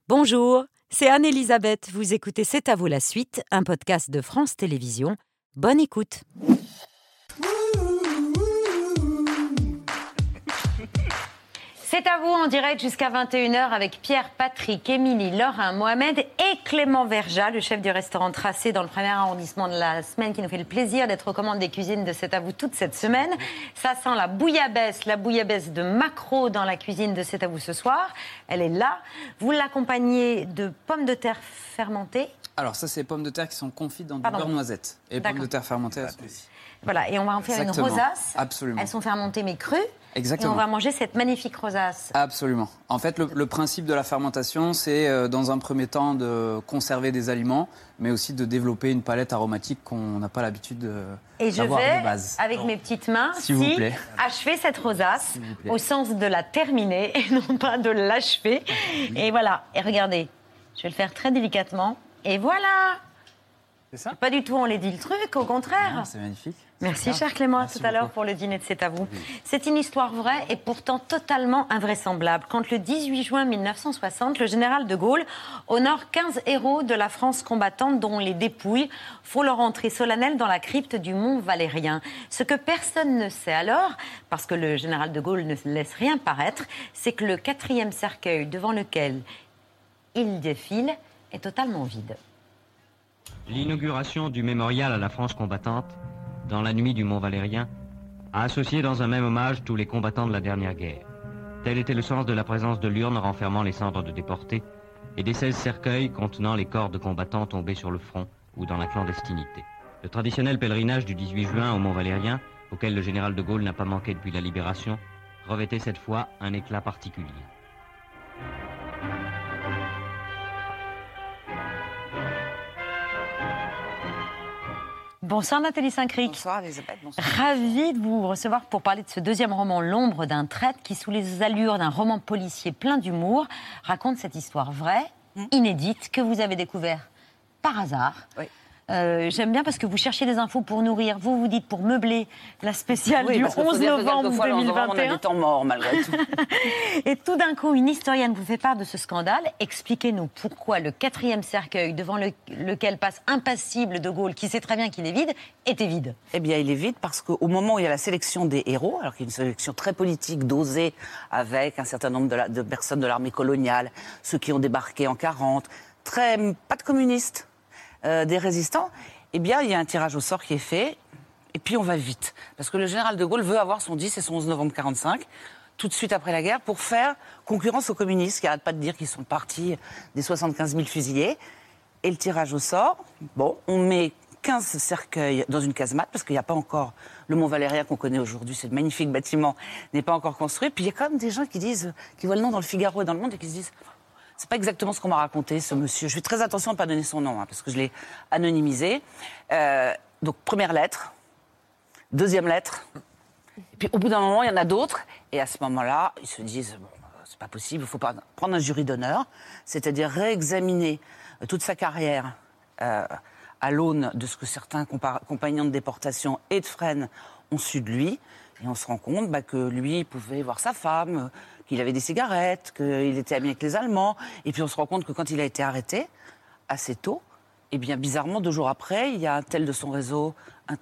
Bonjour, c'est Anne-Elisabeth. Vous écoutez C'est à vous la suite, un podcast de France Télévisions. Bonne écoute. C'est à vous en direct jusqu'à 21h avec Pierre, Patrick, Émilie, Laurent, Mohamed et Clément Verja, le chef du restaurant Tracé dans le premier arrondissement de la semaine, qui nous fait le plaisir d'être aux commandes des cuisines de C'est à vous toute cette semaine. Ça sent la bouillabaisse de maquereau dans la cuisine de C'est à vous ce soir. Elle est là. Vous l'accompagnez de pommes de terre fermentées. Alors ça, c'est les pommes de terre qui sont confites dans du beurre noisette. Et les pommes de terre fermentées, elles sont ici. Voilà, et on va en faire une rosace. Absolument. Elles sont fermentées mais crues. Exactement. Et on va manger cette magnifique rosace. Absolument. En fait, le principe de la fermentation, c'est dans un premier temps de conserver des aliments, mais aussi de développer une palette aromatique qu'on n'a pas l'habitude d'avoir de base. Avec mes petites mains, achever cette rosace, au sens de la terminer et non pas de l'achever. Et voilà, et regardez, je vais le faire très délicatement. Et voilà! C'est ça? Pas du tout, on les dit le truc, au contraire. Non, c'est magnifique. Merci, cher Clément, à tout à l'heure pour le dîner de C'est à vous. C'est une histoire vraie et pourtant totalement invraisemblable. Quand le 18 juin 1960, le général de Gaulle honore 15 héros de la France combattante dont les dépouilles font leur entrée solennelle dans la crypte du Mont Valérien. Ce que personne ne sait alors, parce que le général de Gaulle ne laisse rien paraître, c'est que le 4e cercueil devant lequel il défile est totalement vide. L'inauguration du mémorial à la France combattante, dans la nuit du Mont Valérien, a associé dans un même hommage tous les combattants de la dernière guerre. Tel était le sens de la présence de l'urne renfermant les cendres de déportés et des 16 cercueils contenant les corps de combattants tombés sur le front ou dans la clandestinité. Le traditionnel pèlerinage du 18 juin au Mont Valérien, auquel le général de Gaulle n'a pas manqué depuis la Libération, revêtait cette fois un éclat particulier. Bonsoir Nathalie Saint-Cric. Bonsoir Elisabeth. Bonsoir. Ravie de vous recevoir pour parler de ce deuxième roman, L'ombre d'un traître, qui, sous les allures d'un roman policier plein d'humour, raconte cette histoire vraie, inédite, que vous avez découvert par hasard. Oui. J'aime bien parce que vous cherchez des infos pour nourrir. Vous dites pour meubler la spéciale du 11 novembre 2021. On a des temps morts malgré tout. Et tout d'un coup, une historienne vous fait part de ce scandale. Expliquez-nous pourquoi le 4e cercueil devant lequel passe impassible de Gaulle, qui sait très bien qu'il est vide, était vide. Eh bien, il est vide parce qu'au moment où il y a la sélection des héros, alors qu'il y a une sélection très politique, dosée, avec un certain nombre de personnes de l'armée coloniale, ceux qui ont débarqué en 40, pas de communistes. Des résistants, eh bien, il y a un tirage au sort qui est fait, et puis on va vite. Parce que le général de Gaulle veut avoir son 10 et son 11 novembre 45, tout de suite après la guerre, pour faire concurrence aux communistes, qui n'arrêtent pas de dire qu'ils sont partis des 75 000 fusillés. Et le tirage au sort, bon, on met 15 cercueils dans une casemate, parce qu'il n'y a pas encore le Mont Valérien qu'on connaît aujourd'hui, ce magnifique bâtiment n'est pas encore construit. Puis il y a quand même des gens qui voient le nom dans le Figaro et dans le Monde, et qui se disent... C'est pas exactement ce qu'on m'a raconté, ce monsieur. Je fais très attention à ne pas donner son nom, parce que je l'ai anonymisé. Donc, première lettre, deuxième lettre. Et puis, au bout d'un moment, il y en a d'autres. Et à ce moment-là, ils se disent, bon, c'est pas possible, il faut prendre un jury d'honneur, c'est-à-dire réexaminer toute sa carrière à l'aune de ce que certains compagnons de déportation et de Fresnes ont su de lui. Et on se rend compte que lui, il pouvait voir sa femme, qu'il avait des cigarettes, qu'il était ami avec les Allemands. Et puis on se rend compte que quand il a été arrêté, assez tôt, eh bien bizarrement, 2 jours après, il y a un tel de son réseau,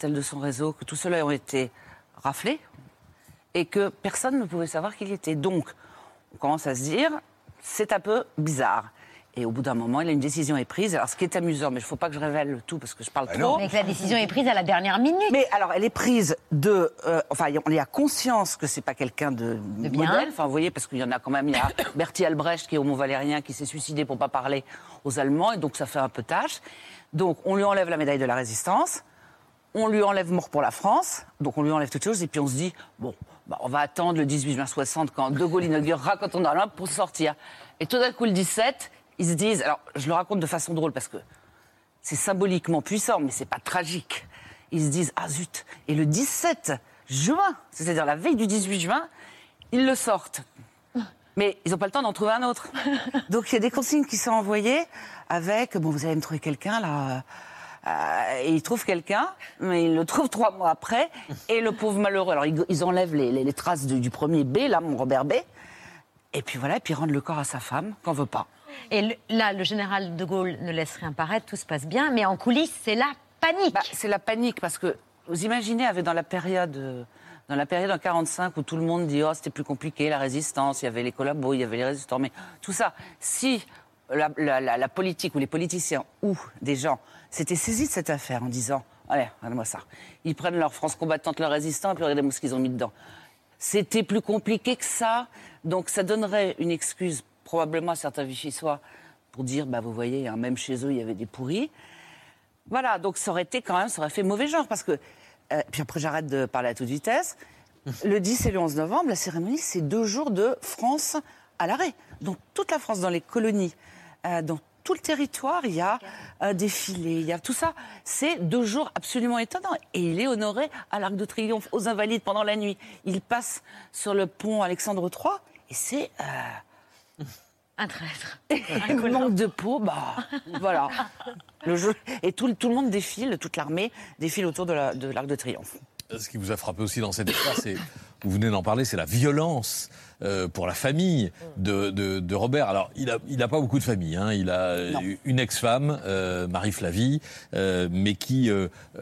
que tout cela ont été raflés et que personne ne pouvait savoir qui il était. Donc, on commence à se dire, c'est un peu bizarre. Et au bout d'un moment, une décision est prise. Alors, ce qui est amusant, mais il ne faut pas que je révèle tout parce que je parle trop. Mais que la décision est prise à la dernière minute. Mais alors, elle est prise de... on a conscience que c'est pas quelqu'un de modèle. Enfin, vous voyez, parce qu'il y en a quand même... Il y a Bertie Albrecht qui est au Mont Valérien, qui s'est suicidé pour pas parler aux Allemands. Et donc, ça fait un peu tâche. Donc, on lui enlève la médaille de la Résistance. On lui enlève mort pour la France. Donc, on lui enlève toutes choses. Et puis, on se dit, bon, on va attendre le 18 juin 60 quand De Gaulle inaugurera, quand on aura pour sortir. Et tout d'un coup, le 17... Ils se disent, alors je le raconte de façon drôle parce que c'est symboliquement puissant, mais c'est pas tragique. Ils se disent, ah zut, et le 17 juin, c'est-à-dire la veille du 18 juin, ils le sortent. Mais ils n'ont pas le temps d'en trouver un autre. Donc il y a des consignes qui sont envoyées avec, bon, vous allez me trouver quelqu'un là. Et ils trouvent quelqu'un, mais ils le trouvent 3 mois après. Et le pauvre malheureux, alors ils enlèvent les traces du premier B, là, mon Robert B. Et puis voilà, et puis rendre le corps à sa femme, qu'on veut pas. Et là, le général de Gaulle ne laisse rien paraître, tout se passe bien, mais en coulisses, c'est la panique. C'est la panique, parce que vous imaginez, dans la période en 1945 où tout le monde dit « Oh, c'était plus compliqué, la résistance, il y avait les collabos, il y avait les résistants », mais tout ça, si la politique ou les politiciens ou des gens s'étaient saisis de cette affaire en disant « Allez, regardez-moi ça », ils prennent leur France combattante, leur résistant, et puis regardez-moi ce qu'ils ont mis dedans. C'était plus compliqué que ça, donc ça donnerait une excuse probablement à certains Vichysois pour dire, vous voyez, même chez eux, il y avait des pourris. Voilà, donc ça aurait fait mauvais genre, parce que, puis après j'arrête de parler à toute vitesse, le 10 et le 11 novembre, la cérémonie, c'est 2 jours de France à l'arrêt. Donc toute la France, dans les colonies, dans tout le territoire, il y a défilé, il y a tout ça. C'est 2 jours absolument étonnants. Et il est honoré à l'Arc de Triomphe, aux Invalides, pendant la nuit. Il passe sur le pont Alexandre III, et c'est... Un traître. Un manque de peau, voilà. Et tout le monde défile, toute l'armée défile autour de l'Arc de Triomphe. Ce qui vous a frappé aussi dans cette histoire, vous venez d'en parler, c'est la violence pour la famille de Robert. Alors, il n'a pas beaucoup de famille. Hein. Il a une ex-femme, Marie-Flavie, mais qui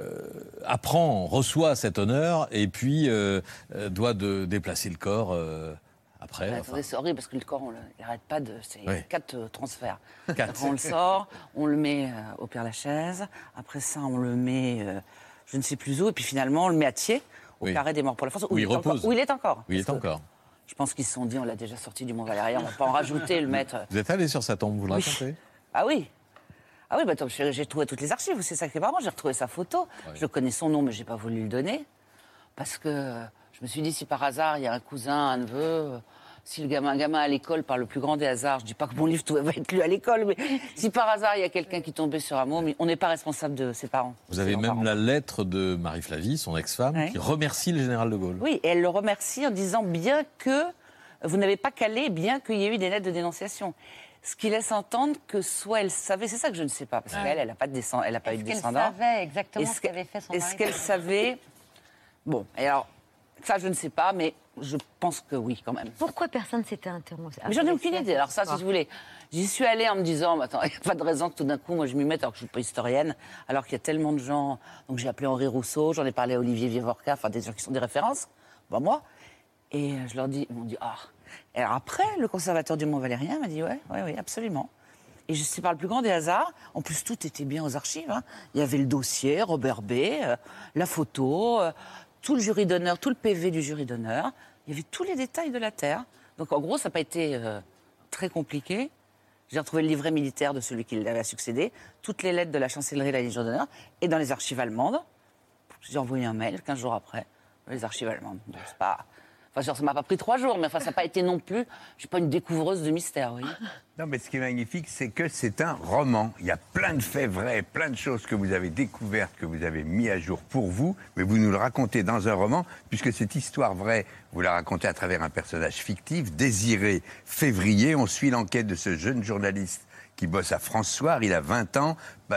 reçoit cet honneur et puis doit déplacer le corps après. Attendez, c'est horrible parce que le corps, il n'arrête pas de... C'est 4 transferts. Après, on le sort, on le met au Père-Lachaise. Après ça, on le met... je ne sais plus où, et puis finalement, on le met à Thiers, au carré des morts pour la France, où il repose. Où il est encore. Oui, il est encore. Je pense qu'ils se sont dit, on l'a déjà sorti du Mont Valérien, on ne va pas en rajouter, le mettre. Vous êtes allé sur sa tombe, vous le racontez ? Ah oui. Ah oui, attends, j'ai trouvé toutes les archives, c'est ça qui est marrant, j'ai retrouvé sa photo. Ouais. Je connais son nom, mais je n'ai pas voulu le donner. Parce que je me suis dit, si par hasard, il y a un cousin, un neveu... Si un gamin à l'école, par le plus grand des hasards, je ne dis pas que mon livre va être lu à l'école, mais si par hasard il y a quelqu'un qui tombait sur un mot, on n'est pas responsable de ses parents. Vous avez même la lettre de Marie-Flavie, son ex-femme, qui remercie le général de Gaulle. Oui, et elle le remercie en disant bien que vous n'avez pas calé, bien qu'il y ait eu des lettres de dénonciation. Ce qui laisse entendre que soit elle savait, c'est ça que je ne sais pas, parce qu'elle n'a pas eu de descendant. Est-ce qu'elle savait exactement ce qu'avait fait son mari ? Est-ce qu'elle savait ? Bon, et alors, ça je ne sais pas, mais je pense que oui, quand même. Pourquoi personne ne s'était interrompu ? Mais j'en ai aucune idée. Alors ça, si vous voulez, j'y suis allée en me disant, attends, il n'y a pas de raison que tout d'un coup, moi, je m'y mette, alors que je ne suis pas historienne, alors qu'il y a tellement de gens. Donc j'ai appelé Henri Rousseau, j'en ai parlé à Olivier Vievorka, enfin des gens qui sont des références, moi. Et je leur dis, ils m'ont dit, Et alors après, le conservateur du Mont Valérien m'a dit, oui, absolument. Et je sais par le plus grand des hasards, en plus tout était bien aux archives. Hein. Il y avait le dossier, Robert B, la photo, tout le jury d'honneur, tout le PV du jury d'honneur. Il y avait tous les détails de la terre. Donc en gros, ça n'a pas été très compliqué. J'ai retrouvé le livret militaire de celui qui l'avait succédé, toutes les lettres de la chancellerie de la Légion d'honneur, et dans les archives allemandes. J'ai envoyé un mail 15 jours après, dans les archives allemandes. Donc c'est pas... Enfin, ça ne m'a pas pris 3 jours, mais ça n'a pas été non plus... Je ne suis pas une découvreuse de mystère, vous voyez. Non, mais ce qui est magnifique, c'est que c'est un roman. Il y a plein de faits vrais, plein de choses que vous avez découvertes, que vous avez mis à jour pour vous, mais vous nous le racontez dans un roman, puisque cette histoire vraie, vous la racontez à travers un personnage fictif, Désiré Février. On suit l'enquête de ce jeune journaliste qui bosse à France Soir, il a 20 ans,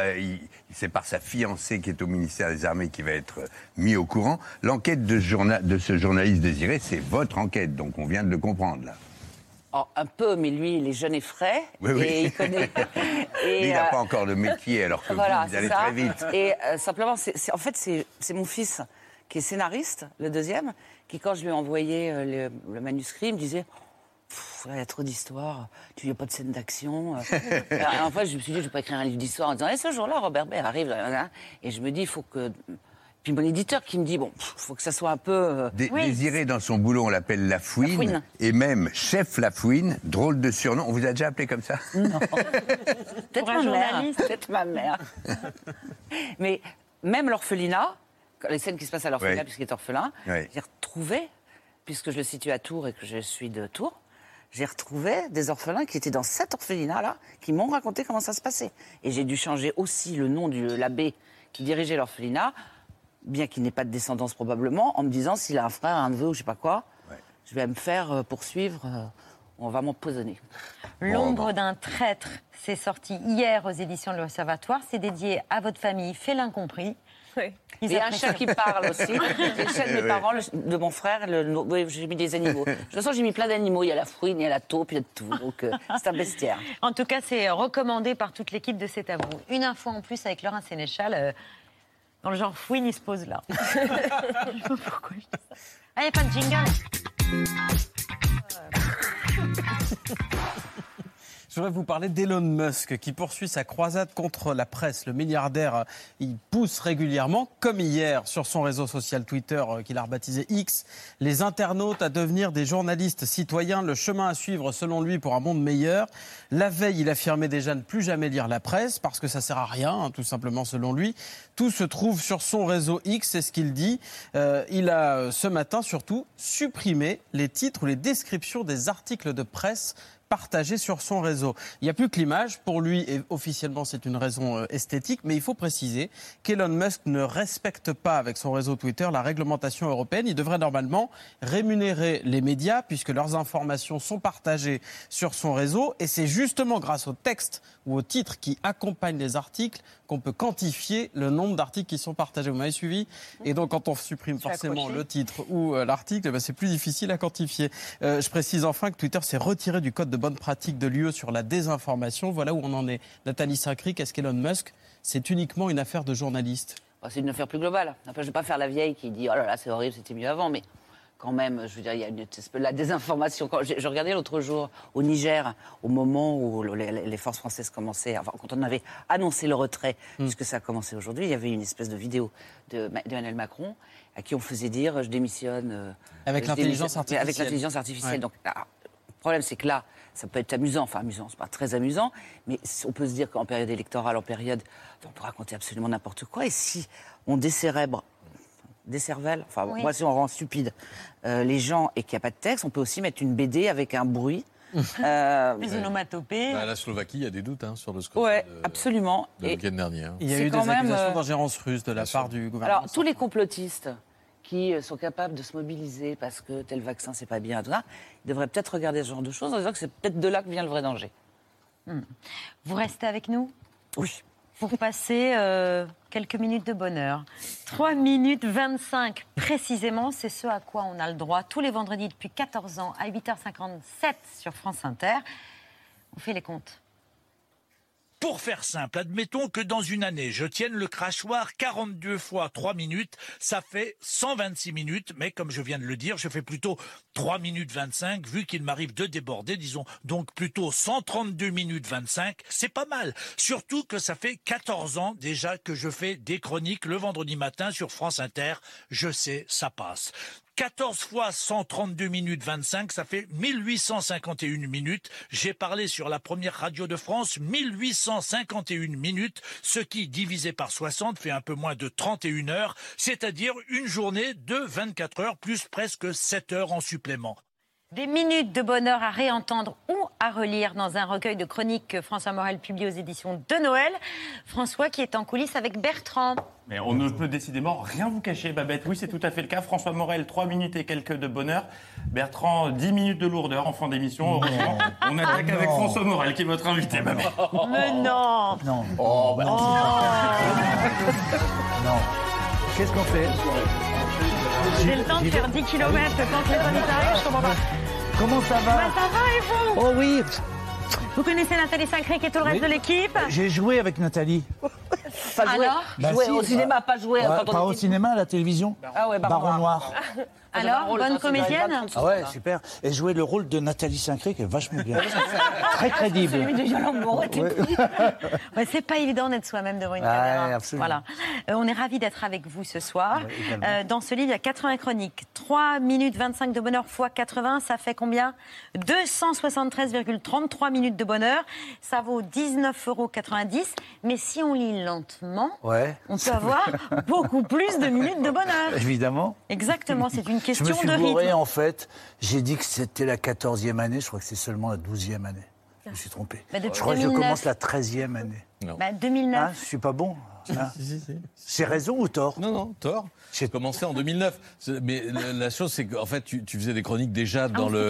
c'est par sa fiancée qui est au ministère des Armées qui va être mis au courant. L'enquête de ce journaliste Désiré, c'est votre enquête, donc on vient de le comprendre là. Oh, un peu, mais lui, il est jeune et frais, et il connaît... Et il n'a pas encore de métier, alors que vous allez très vite. Et simplement, en fait, c'est mon fils qui est scénariste, le deuxième, qui, quand je lui ai envoyé le manuscrit, me disait... Il y a trop d'histoires, tu n'y as pas de scène d'action. En fait, je me suis dit, je ne vais pas écrire un livre d'histoire en disant, ce jour-là, Robert B arrive. Et je me dis, il faut que... Puis mon éditeur qui me dit, il faut que ça soit un peu... Désiré, dans son boulot, on l'appelle Lafouine. Et même Chef Lafouine, drôle de surnom. On vous a déjà appelé comme ça ? Non. Peut-être ma mère. Mais même l'orphelinat, les scènes qui se passent à l'orphelinat, puisqu'il est orphelin, j'ai retrouvé, puisque je le situe à Tours et que je suis de Tours, j'ai retrouvé des orphelins qui étaient dans cet orphelinat-là, qui m'ont raconté comment ça se passait. Et j'ai dû changer aussi le nom de l'abbé qui dirigeait l'orphelinat, bien qu'il n'ait pas de descendance probablement, en me disant s'il a un frère, un neveu ou je sais pas quoi, je vais me faire poursuivre, on va m'empoisonner. L'ombre d'un traître, c'est sorti hier aux éditions de l'Observatoire, c'est dédié à votre famille, fait l'incompris. Oui. Il y a un chat qui parle aussi. C'est le chat de mes parents, de mon frère. Oui, j'ai mis des animaux. De toute façon, j'ai mis plein d'animaux. Il y a la fouine, il y a la taupe, il y a de tout. Donc, c'est un bestiaire. En tout cas, c'est recommandé par toute l'équipe de C'est à vous. Une info en plus avec Laurent Sénéchal. Dans le genre fouine, il se pose là. Je sais pas pourquoi je dis ça. Ah, il n'y a pas de jingle. Je voudrais vous parler d'Elon Musk qui poursuit sa croisade contre la presse. Le milliardaire, il pousse régulièrement, comme hier, sur son réseau social Twitter qu'il a rebaptisé X, les internautes à devenir des journalistes citoyens, le chemin à suivre selon lui pour un monde meilleur. La veille, il affirmait déjà ne plus jamais lire la presse parce que ça sert à rien, tout simplement selon lui. Tout se trouve sur son réseau X, c'est ce qu'il dit. Il a ce matin surtout supprimé les titres ou les descriptions des articles de presse partagé sur son réseau. Il n'y a plus que l'image. Pour lui, et officiellement, c'est une raison esthétique, mais il faut préciser qu'Elon Musk ne respecte pas, avec son réseau Twitter, la réglementation européenne. Il devrait normalement rémunérer les médias, puisque leurs informations sont partagées sur son réseau. Et c'est justement grâce au texte ou aux titres qui accompagnent les articles qu'on peut quantifier le nombre d'articles qui sont partagés. Vous m'avez suivi ? Et donc, quand on supprime forcément le titre ou l'article, c'est plus difficile à quantifier. Je précise enfin que Twitter s'est retiré du code de bonne pratique de l'UE sur la désinformation. Voilà où on en est. Nathalie Saint-Cric, est-ce qu'Elon Musk, c'est uniquement une affaire de journaliste ? C'est une affaire plus globale. Après, je ne vais pas faire la vieille qui dit « Oh là là, c'est horrible, c'était mieux avant », mais quand même, je veux dire, il y a la désinformation. Je regardais l'autre jour au Niger, au moment où les forces françaises commençaient, enfin, quand on avait annoncé le retrait, puisque ça a commencé aujourd'hui, il y avait une espèce de vidéo d'Emmanuel Macron à qui on faisait dire « Je démissionne ». Avec l'intelligence artificielle. Avec l'intelligence artificielle. Ouais. Donc, le problème, c'est que là, ça peut être amusant, c'est pas très amusant, mais on peut se dire qu'en période électorale, on peut raconter absolument n'importe quoi. Et si on décérèbre, moi, si on rend stupide les gens et qu'il n'y a pas de texte, on peut aussi mettre une BD avec un bruit. Les onomatopées. La Slovaquie, il y a des doutes sur le score. Oui, absolument. Le week-end dernier. Il y a eu des accusations d'ingérence russe de la part du gouvernement. Alors, tous les complotistes qui sont capables de se mobiliser parce que tel vaccin, c'est pas bien, tout ça, ils devraient peut-être regarder ce genre de choses en disant que c'est peut-être de là que vient le vrai danger. Vous restez avec nous ? Oui. Pour passer quelques minutes de bonheur. 3 minutes 25 précisément, c'est ce à quoi on a le droit tous les vendredis depuis 14 ans à 8h57 sur France Inter. On fait les comptes. Pour faire simple, admettons que dans une année, je tienne le crachoir 42 fois 3 minutes, ça fait 126 minutes, mais comme je viens de le dire, je fais plutôt 3 minutes 25, vu qu'il m'arrive de déborder, disons donc plutôt 132 minutes 25, c'est pas mal. Surtout que ça fait 14 ans déjà que je fais des chroniques le vendredi matin sur France Inter, je sais, ça passe. 14 fois 132 minutes 25, ça fait 1851 minutes. J'ai parlé sur la première radio de France, 1851 minutes, ce qui, divisé par 60, fait un peu moins de 31 heures, c'est-à-dire une journée de 24 heures, plus presque 7 heures en supplément. Des minutes de bonheur à réentendre ou à relire dans un recueil de chroniques que François Morel publie aux éditions de Noël. François qui est en coulisses avec Bertrand. Mais on ne peut décidément rien vous cacher, Babette. Oui, c'est tout à fait le cas. François Morel, 3 minutes et quelques de bonheur. Bertrand, 10 minutes de lourdeur en fin d'émission. Heureusement, on attaque avec François Morel, qui est votre invité, Babette. Mais non. Non. Oh, bah, non. Qu'est-ce qu'on fait? J'ai le temps de faire 10 km quand les amis arrivent, je comprends pas. Comment ça va? Bah, ça va et vous? Oh oui. Vous connaissez Nathalie Saint-Cric et tout le reste de l'équipe? J'ai joué avec Nathalie. Alors? Jouer au cinéma, pas jouer. Pas au cinéma, à la télévision. Ah ouais, Baron Noir. Alors, bonne comédienne? Ah ouais, super. Et jouer le rôle de Nathalie Saint-Cric est vachement bien. Très crédible. Celui de Jean Lambourg était Ouais, c'est pas évident d'être soi-même devant une caméra. Voilà. On est ravis d'être avec vous ce soir. Dans ce livre, il y a 80 chroniques. 3 minutes 25 de bonheur fois 80, ça fait combien? 273,33 minutes de bonheur. Ça vaut 19,90 €. Mais si on lit lentement, on peut avoir beaucoup plus de minutes de bonheur. Évidemment. Exactement, c'est une question de rythme. Je me suis bourré, en fait. J'ai dit que c'était la 14e année. Je crois que c'est seulement la 12e année. Je me suis trompé. Bah, je crois que je commence la 13e année. Non. 2009. Ah, je suis pas bon. Si. C'est raison ou tort? Non, tort. J'ai commencé en 2009. Mais la chose, c'est qu'en fait, tu faisais des chroniques déjà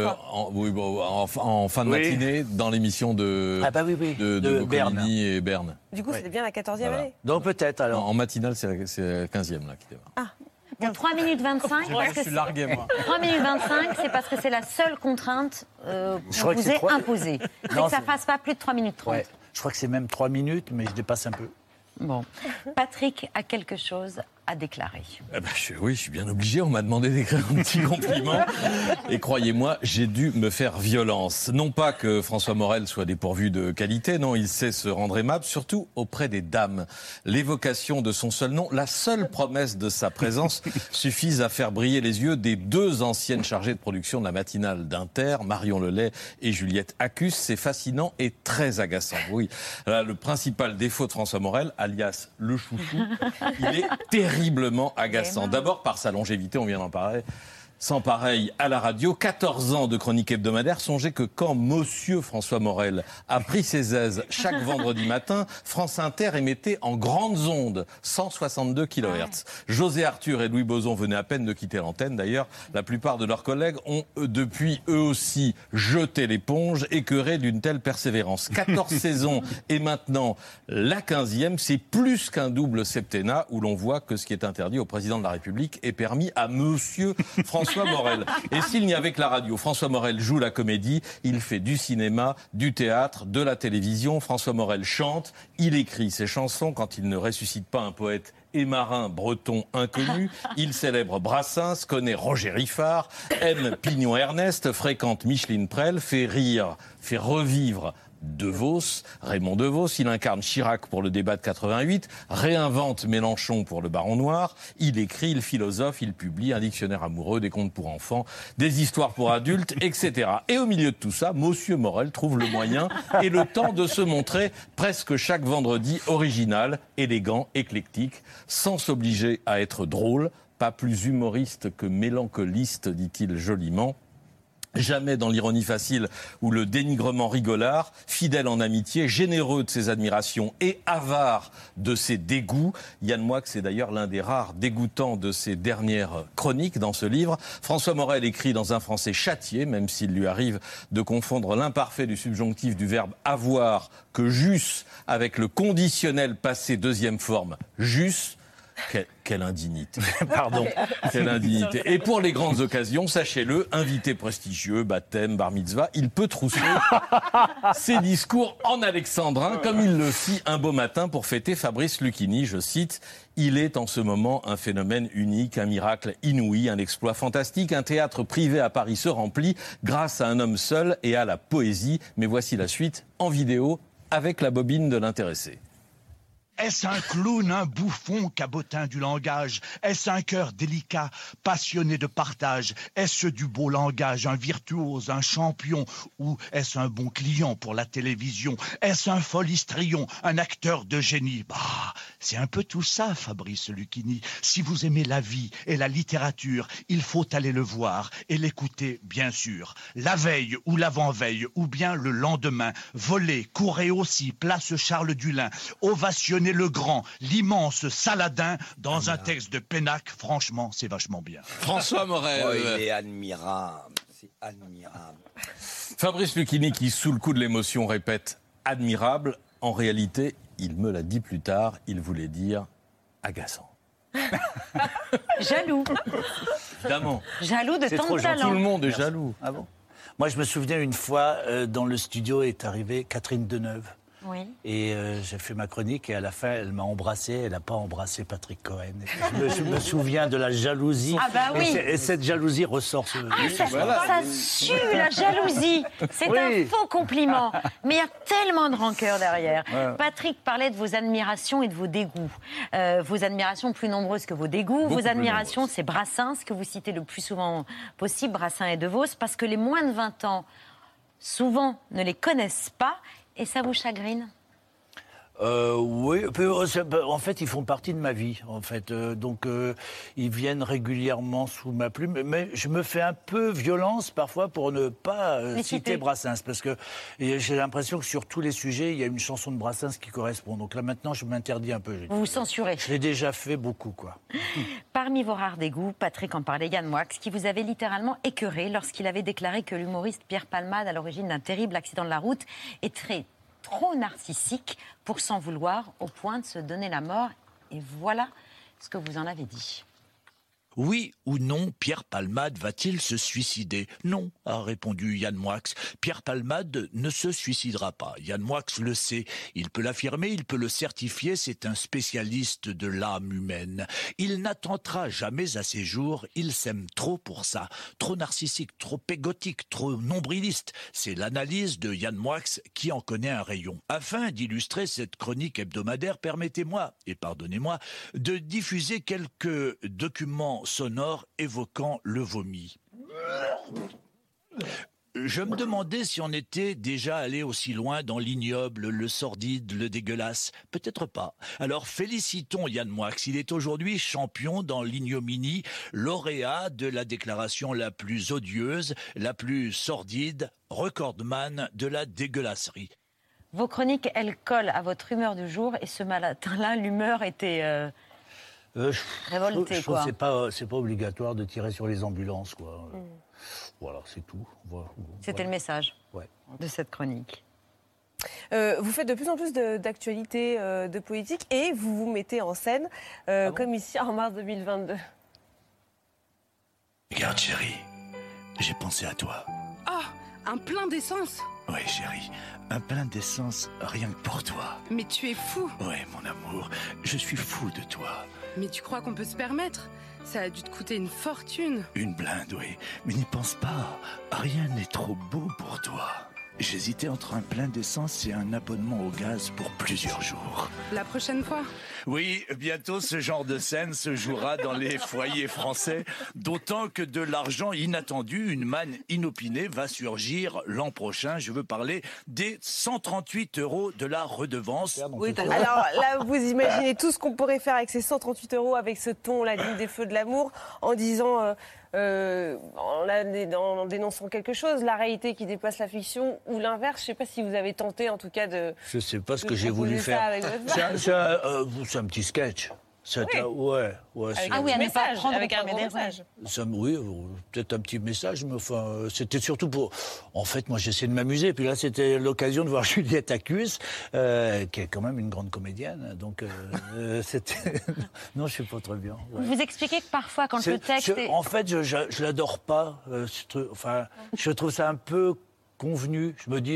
en fin de matinée dans l'émission de Boccolini et Berne. Du coup, c'était bien la 14e année. Donc peut-être alors. En matinale, c'est la 15e là qui démarre. Bon, 3 minutes 25, je suis largué, moi. 3 minutes 25, c'est parce que c'est la seule contrainte qu'on vous est imposée. C'est que ça ne fasse pas plus de 3 minutes 30. Ouais. Je crois que c'est même 3 minutes, mais je dépasse un peu. Bon. Patrick a quelque chose à déclarer. Je suis bien obligé. On m'a demandé d'écrire un petit compliment. Et croyez-moi, j'ai dû me faire violence. Non pas que François Morel soit dépourvu de qualité, non, il sait se rendre aimable, surtout auprès des dames. L'évocation de son seul nom, la seule promesse de sa présence suffisent à faire briller les yeux des 2 anciennes chargées de production de la matinale d'Inter, Marion Lelay et Juliette Accus. C'est fascinant et très agaçant. Oui, là, le principal défaut de François Morel, alias le chouchou, il est terriblement agaçant. D'abord par sa longévité, on vient d'en parler. Sans pareil à la radio, 14 ans de chronique hebdomadaire. Songez que quand monsieur François Morel a pris ses aises chaque vendredi matin, France Inter émettait en grandes ondes 162 kHz. José Arthur et Louis Boson venaient à peine de quitter l'antenne. D'ailleurs, la plupart de leurs collègues ont depuis eux aussi jeté l'éponge, écœurés d'une telle persévérance. 14 saisons et maintenant la 15e, c'est plus qu'un double septennat où l'on voit que ce qui est interdit au président de la République est permis à monsieur François Morel. Et s'il n'y avait que la radio, François Morel joue la comédie, il fait du cinéma, du théâtre, de la télévision. François Morel chante, il écrit ses chansons quand il ne ressuscite pas un poète émarin breton inconnu. Il célèbre Brassens, connaît Roger Riffard, aime Pignon Ernest, fréquente Micheline Prel, fait rire, fait revivre Raymond DeVos, il incarne Chirac pour le débat de 88, réinvente Mélenchon pour le Baron Noir, il écrit, il philosophe, il publie un dictionnaire amoureux, des contes pour enfants, des histoires pour adultes, etc. Et au milieu de tout ça, monsieur Morel trouve le moyen et le temps de se montrer presque chaque vendredi original, élégant, éclectique, sans s'obliger à être drôle, pas plus humoriste que mélancoliste, dit-il joliment. Jamais dans l'ironie facile ou le dénigrement rigolard, fidèle en amitié, généreux de ses admirations et avare de ses dégoûts. Yann Moix est d'ailleurs l'un des rares dégoûtants de ses dernières chroniques dans ce livre. François Morel écrit dans un français châtié, même s'il lui arrive de confondre l'imparfait du subjonctif du verbe avoir que j'eusse avec le conditionnel passé deuxième forme j'eusse. Quelle indignité. Pardon. Quelle indignité. Et pour les grandes occasions, sachez-le, invité prestigieux, baptême, bar mitzvah, il peut trousser ses discours en alexandrin, comme il le fit un beau matin pour fêter Fabrice Lucchini. Je cite, « Il est en ce moment un phénomène unique, un miracle inouï, un exploit fantastique. Un théâtre privé à Paris se remplit grâce à un homme seul et à la poésie. » Mais voici la suite en vidéo avec la bobine de l'intéressé. Est-ce un clown, un bouffon, cabotin du langage? Est-ce un cœur délicat, passionné de partage? Est-ce du beau langage, un virtuose, un champion? Ou est-ce un bon client pour la télévision? Est-ce un fol histrion, un acteur de génie? C'est un peu tout ça, Fabrice Lucchini. Si vous aimez la vie et la littérature, il faut aller le voir et l'écouter, bien sûr. La veille ou l'avant-veille, ou bien le lendemain, volez, courez aussi, place Charles Dulin, ovationnez le grand, l'immense Saladin dans un texte de Pénac. Franchement, c'est vachement bien. François Morel. Il est admirable. C'est admirable. Fabrice Lucchini qui, sous le coup de l'émotion, répète admirable. En réalité, il me l'a dit plus tard, il voulait dire agaçant. Jaloux. Évidemment. Jaloux de tant de talent. Tout le monde est jaloux. Ah bon? Moi, je me souviens une fois, dans le studio est arrivée Catherine Deneuve. Oui. Et j'ai fait ma chronique et à la fin, elle m'a embrassé. Elle n'a pas embrassé Patrick Cohen. Je me souviens de la jalousie. Ah bah oui. Et cette jalousie ressort. Ça sue la jalousie. C'est un faux compliment. Mais il y a tellement de rancœur derrière. Ouais. Patrick parlait de vos admirations et de vos dégoûts. Vos admirations plus nombreuses que vos dégoûts. Vos admirations, c'est Brassens, que vous citez le plus souvent possible, Brassens et DeVos, parce que les moins de 20 ans, souvent, ne les connaissent pas. Et ça vous chagrine? Oui, en fait, ils font partie de ma vie, en fait. Donc, ils viennent régulièrement sous ma plume. Mais je me fais un peu violence parfois pour ne pas citer Brassens, parce que j'ai l'impression que sur tous les sujets, il y a une chanson de Brassens qui correspond. Donc là, maintenant, je m'interdis un peu. Vous vous censurez. Je l'ai déjà fait beaucoup, quoi. Parmi vos rares dégoûts, Patrick en parlait, Yann Moix, qui vous avait littéralement écœuré lorsqu'il avait déclaré que l'humoriste Pierre Palmade, à l'origine d'un terrible accident de la route, est trop narcissique pour s'en vouloir au point de se donner la mort. Et voilà ce que vous en avez dit. Oui ou non, Pierre Palmade va-t-il se suicider? Non, a répondu Yann Moix. Pierre Palmade ne se suicidera pas. Yann Moix le sait. Il peut l'affirmer, il peut le certifier. C'est un spécialiste de l'âme humaine. Il n'attendra jamais à ses jours. Il s'aime trop pour ça. Trop narcissique, trop égotique, trop nombriliste. C'est l'analyse de Yann Moix qui en connaît un rayon. Afin d'illustrer cette chronique hebdomadaire, permettez-moi, et pardonnez-moi, de diffuser quelques documents sonore évoquant le vomi. Je me demandais si on était déjà allé aussi loin dans l'ignoble, le sordide, le dégueulasse. Peut-être pas. Alors félicitons Yann Moix. Il est aujourd'hui champion dans l'ignominie, lauréat de la déclaration la plus odieuse, la plus sordide, recordman de la dégueulasserie. Vos chroniques, elles collent à votre humeur du jour, et ce matin-là, l'humeur était... révolté, je trouve que c'est pas obligatoire de tirer sur les ambulances, quoi. Voilà, c'est tout. Voilà. C'était le message de cette chronique. Vous faites de plus en plus d'actualités de politique et vous vous mettez en scène, comme ici en mars 2022. Regarde, chérie, j'ai pensé à toi. Ah, un plein d'essence. Oui, chérie, un plein d'essence rien que pour toi. Mais tu es fou. Oui, mon amour, je suis fou de toi. Mais tu crois qu'on peut se permettre? Ça a dû te coûter une fortune. Une blinde, oui. Mais n'y pense pas, rien n'est trop beau pour toi. J'hésitais entre un plein d'essence et un abonnement au gaz pour plusieurs jours. La prochaine fois? Oui, bientôt ce genre de scène se jouera dans les foyers français, d'autant que de l'argent inattendu, une manne inopinée va surgir l'an prochain. Je veux parler des 138 € de la redevance. Oui, alors là, vous imaginez tout ce qu'on pourrait faire avec ces 138 € avec ce ton, la ligne des feux de l'amour, en disant... en dénonçant quelque chose, la réalité qui dépasse la fiction ou l'inverse. Je ne sais pas si vous avez tenté en tout cas de... Je ne sais pas ce que j'ai voulu faire. C'est un petit sketch. Ouais, un message, avec un message. Oui, peut-être un petit message, mais enfin, c'était surtout pour... En fait, moi, j'essayais de m'amuser. Puis là, c'était l'occasion de voir Juliette Accus, qui est quand même une grande comédienne. Donc, c'était... Non, je ne sais pas très bien. Ouais. Vous expliquez que parfois, quand le texte est... En fait, je l'adore pas. Enfin, je trouve ça un peu convenu. Je me dis...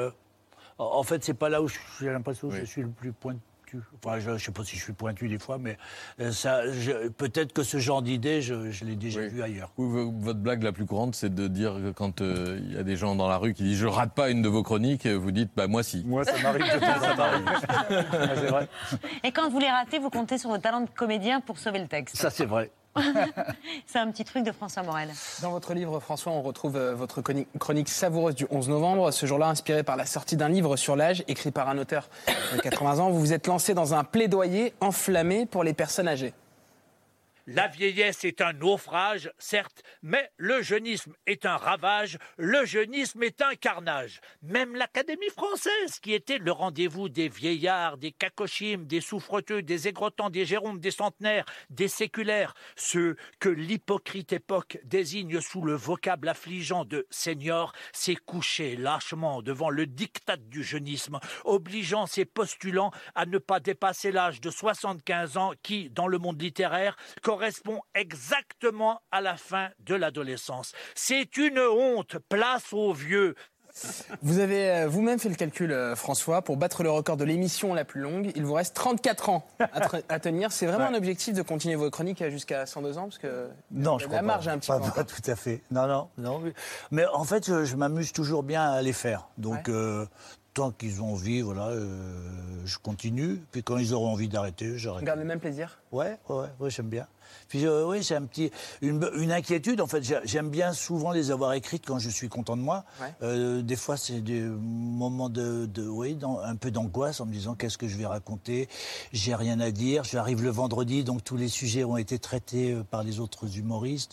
En fait, c'est pas là où j'ai l'impression que je suis le plus pointu. Enfin, je ne sais pas si je suis pointu des fois, mais peut-être que ce genre d'idée, je l'ai déjà vu ailleurs. Votre blague la plus courante, c'est de dire que quand il y a des gens dans la rue qui disent « je rate pas une de vos chroniques », vous dites « moi si ». Moi, ça m'arrive. Ça m'arrive. C'est vrai. Et quand vous les ratez, vous comptez sur vos talents de comédien pour sauver le texte. Ça, c'est vrai. C'est un petit truc de François Morel. Dans votre livre, François, on retrouve votre chronique savoureuse du 11 novembre. Ce jour-là, inspiré par la sortie d'un livre sur l'âge, écrit par un auteur de 80 ans, vous vous êtes lancé dans un plaidoyer enflammé pour les personnes âgées. La vieillesse est un naufrage, certes, mais le jeunisme est un ravage, le jeunisme est un carnage. Même l'Académie française, qui était le rendez-vous des vieillards, des cacochimes, des souffreteux, des aigrotants, des gérontes, des centenaires, des séculaires, ceux que l'hypocrite époque désigne sous le vocable affligeant de senior, s'est couché lâchement devant le diktat du jeunisme, obligeant ses postulants à ne pas dépasser l'âge de 75 ans qui, dans le monde littéraire, correspond exactement à la fin de l'adolescence. C'est une honte, place aux vieux. Vous avez vous-même fait le calcul, François, pour battre le record de l'émission la plus longue. Il vous reste 34 ans à tenir. C'est vraiment un objectif de continuer vos chroniques jusqu'à 102 ans parce que non, je crois la marge pas. Un petit peu. Pas tout à fait. Non. Mais en fait, je m'amuse toujours bien à les faire. Donc, tant qu'ils ont envie, voilà, je continue. Puis quand ils auront envie d'arrêter, j'arrête. Vous gardez le même plaisir? Ouais, j'aime bien. Puis oui, j'ai une inquiétude. En fait, j'aime bien souvent les avoir écrites quand je suis content de moi. Ouais. Des fois, c'est des moments un peu d'angoisse en me disant qu'est-ce que je vais raconter. J'ai rien à dire. J'arrive le vendredi, donc tous les sujets ont été traités par les autres humoristes.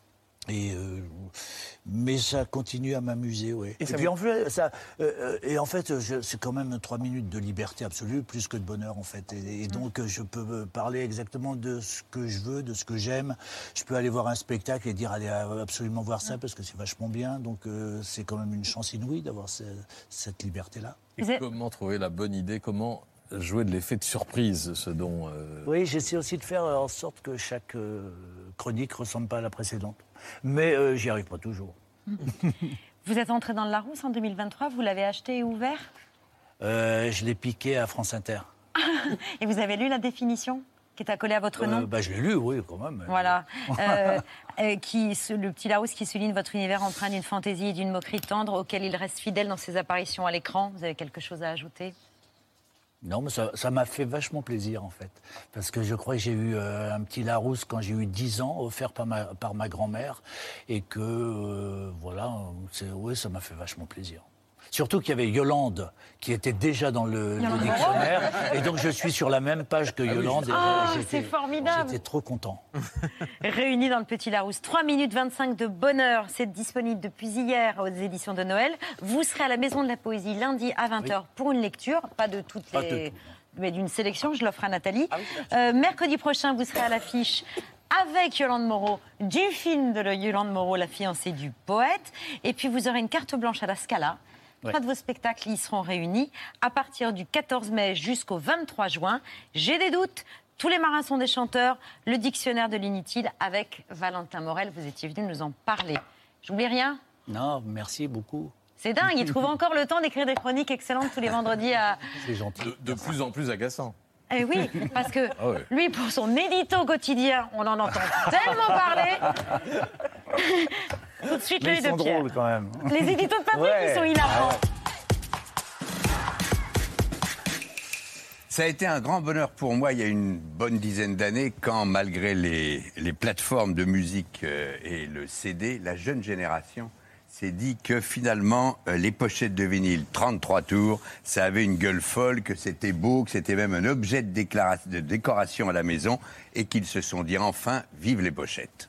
Mais ça continue à m'amuser, oui. Et puis en fait, c'est quand même 3 minutes de liberté absolue, plus que de bonheur en fait. Et donc je peux parler exactement de ce que je veux, de ce que j'aime. Je peux aller voir un spectacle et dire allez absolument voir ça parce que c'est vachement bien. Donc c'est quand même une chance inouïe d'avoir cette liberté-là. Et comment trouver la bonne idée? Comment jouer de l'effet de surprise, ce dont... Oui, j'essaie aussi de faire en sorte que chaque chronique ne ressemble pas à la précédente. Mais j'y arrive pas toujours. Vous êtes entré dans le Larousse en 2023, vous l'avez acheté et ouvert? Je l'ai piqué à France Inter. Et vous avez lu la définition qui est accolée à votre nom? Je l'ai lu, oui, quand même. Voilà. Le petit Larousse qui souligne votre univers empreint d'une fantaisie et d'une moquerie tendre auquel il reste fidèle dans ses apparitions à l'écran. Vous avez quelque chose à ajouter? Non, mais ça m'a fait vachement plaisir, en fait. Parce que je crois que j'ai eu un petit Larousse quand j'ai eu 10 ans, offert par ma grand-mère. Et que, ça m'a fait vachement plaisir. Surtout qu'il y avait Yolande, qui était déjà dans le dictionnaire. Et donc, je suis sur la même page que Yolande. C'est formidable. J'étais trop content. Réunis dans le Petit Larousse, 3 minutes 25 de bonheur. C'est disponible depuis hier aux éditions de Noël. Vous serez à la Maison de la Poésie lundi à 20h pour une lecture. Pas de toutes les... Mais d'une sélection, je l'offre à Nathalie. Mercredi prochain, vous serez à l'affiche avec Yolande Moreau du film de Yolande Moreau, La fiancée du poète. Et puis, vous aurez une carte blanche à la Scala. 3 de vos spectacles y seront réunis à partir du 14 mai jusqu'au 23 juin. J'ai des doutes. Tous les marins sont des chanteurs. Le dictionnaire de l'inutile avec Valentin Morel. Vous étiez venu nous en parler. J'oublie rien? Non, merci beaucoup. C'est dingue, il trouve encore le temps d'écrire des chroniques excellentes tous les vendredis à... C'est gentil. De plus en plus agaçant. Eh oui, parce que lui, pour son édito quotidien, on en entend tellement parler. Tout de suite, l'œil de Pierre. Drôles, quand même. Les éditos de Patrick, ils sont hilarants. Ça a été un grand bonheur pour moi il y a une bonne dizaine d'années quand, malgré les plateformes de musique et le CD, la jeune génération s'est dit que finalement, les pochettes de vinyle 33 tours, ça avait une gueule folle, que c'était beau, que c'était même un objet de décoration à la maison et qu'ils se sont dit enfin, vive les pochettes.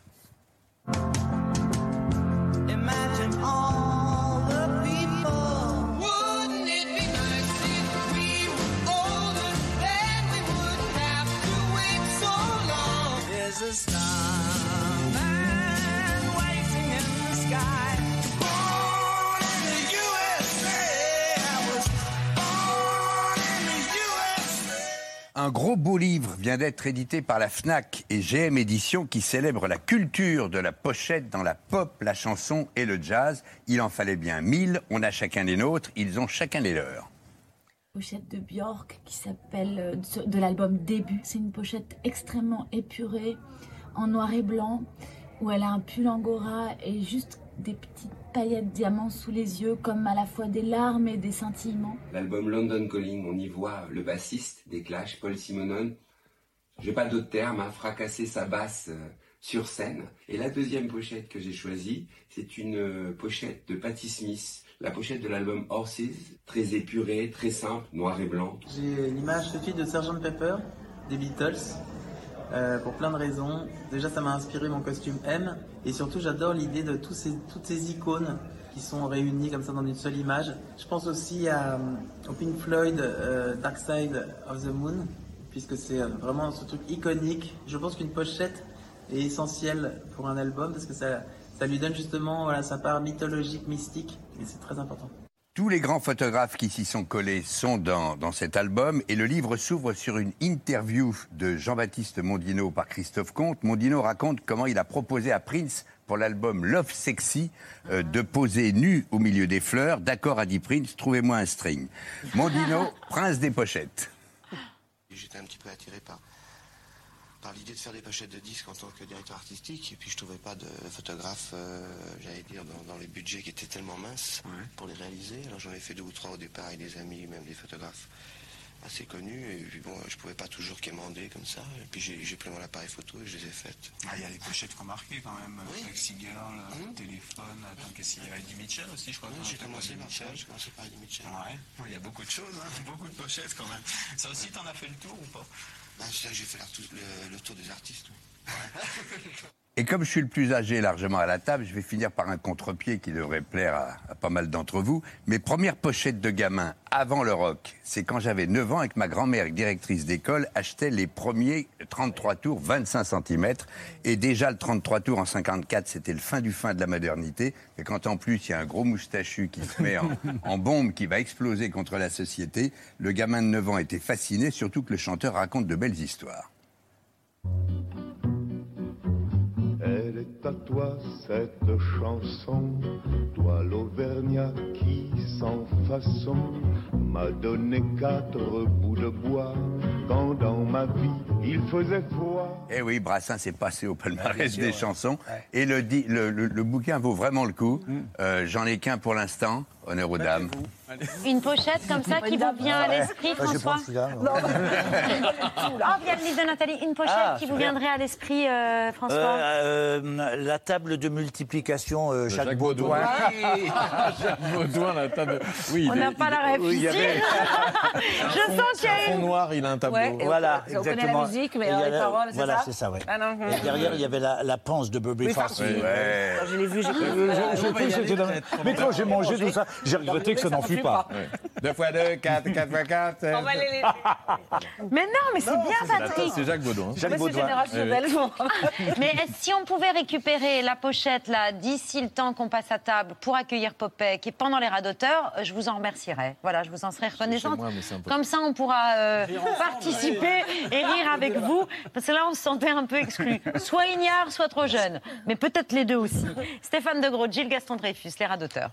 Un gros beau livre vient d'être édité par la Fnac et GM Éditions qui célèbre la culture de la pochette dans la pop, la chanson et le jazz. Il en fallait bien 1000, on a chacun les nôtres, ils ont chacun les leurs. Pochette de Björk qui s'appelle de l'album Début. C'est une pochette extrêmement épurée, en noir et blanc, où elle a un pull angora et juste des petites paillettes diamants sous les yeux, comme à la fois des larmes et des scintillements. L'album London Calling, on y voit le bassiste des Clash, Paul Simonon, j'ai pas d'autre terme, fracasser sa basse sur scène. Et la deuxième pochette que j'ai choisie, c'est une pochette de Patti Smith, la pochette de l'album Horses, très épurée, très simple, noir et blanc. J'ai l'image tout de suite de Sgt Pepper, des Beatles. Pour plein de raisons. Déjà, ça m'a inspiré mon costume M. Et surtout, j'adore l'idée de toutes ces icônes qui sont réunies comme ça dans une seule image. Je pense aussi au Pink Floyd Dark Side of the Moon, puisque c'est vraiment ce truc iconique. Je pense qu'une pochette est essentielle pour un album, parce que ça lui donne justement sa part mythologique, mystique. Et c'est très important. Tous les grands photographes qui s'y sont collés sont dans cet album et le livre s'ouvre sur une interview de Jean-Baptiste Mondino par Christophe Comte. Mondino raconte comment il a proposé à Prince pour l'album Love Sexy de poser nu au milieu des fleurs. D'accord, a dit Prince, trouvez-moi un string. Mondino, prince des pochettes. J'étais un petit peu attiré par l'idée de faire des pochettes de disques en tant que directeur artistique. Et puis je trouvais pas de photographe, j'allais dire, dans les budgets qui étaient tellement minces pour les réaliser. Alors j'en ai fait 2 ou 3 au départ avec des amis, même des photographes assez connus. Et puis bon, je pouvais pas toujours quémander comme ça. Et puis j'ai pris mon appareil photo et je les ai faites. Il y a les pochettes qu'on marquait quand même. Taxi Girl, téléphone, qu'est-ce qu'il y avait Eddie Mitchell aussi, je crois. J'ai commencé par Eddie Mitchell. Ouais, il y a beaucoup de choses, beaucoup de pochettes quand même. Ça aussi, t'en as fait le tour ou pas? C'est là que j'ai fait le tour des artistes. Et comme je suis le plus âgé largement à la table, je vais finir par un contre-pied qui devrait plaire à pas mal d'entre vous. Mes premières pochettes de gamin avant le rock, c'est quand j'avais 9 ans et que ma grand-mère, directrice d'école, achetait les premiers 33 tours, 25 cm. Et déjà, le 33 tours en 54, c'était le fin de la modernité. Et quand en plus, il y a un gros moustachu qui se met en bombe qui va exploser contre la société, le gamin de 9 ans était fasciné, surtout que le chanteur raconte de belles histoires. Elle est à toi cette chanson, toi l'Auvergnat qui sans façon m'a donné 4 bouts de bois quand dans ma vie il faisait froid. Eh oui, Brassens s'est passé au palmarès des chansons et le bouquin vaut vraiment le coup. J'en ai qu'un pour l'instant, honneur aux dames. Une pochette comme ça qui vous vient à l'esprit, François? Non, vient le livre de Nathalie. Une pochette qui vous viendrait à l'esprit, François? La table de multiplication, Jacques Baudouin. Jacques Baudouin, la table. Oui, on n'a pas la rêve ici. Je sens qu'il y a fond noir, il a un tableau. Ouais, voilà, on connaît la musique, mais les paroles, c'est ça? Voilà, c'est ça, ouais. Et derrière, il y avait la panse de Bobby Farcy. Je l'ai vu, Mais quand j'ai mangé tout ça, j'ai regretté que ça n'en fût pas. 2 x 2, 4, 4 x 4. On va les Mais non, mais c'est bien, Patrick. C'est Jacques Baudouin. Jacques Baudouin. Génération Belfort. Mais si on pouvait récupérer la pochette là d'ici le temps qu'on passe à table pour accueillir Popek et pendant les radoteurs, je vous en remercierais. Voilà, je vous en serais reconnaissante. Comme ça, on pourra participer et rire avec vous, parce que là, on se sentait un peu exclu. Soit ignare, soit trop jeune, mais peut-être les deux aussi. Stéphane De Groot, Gilles Gaston Dreyfus, les radoteurs.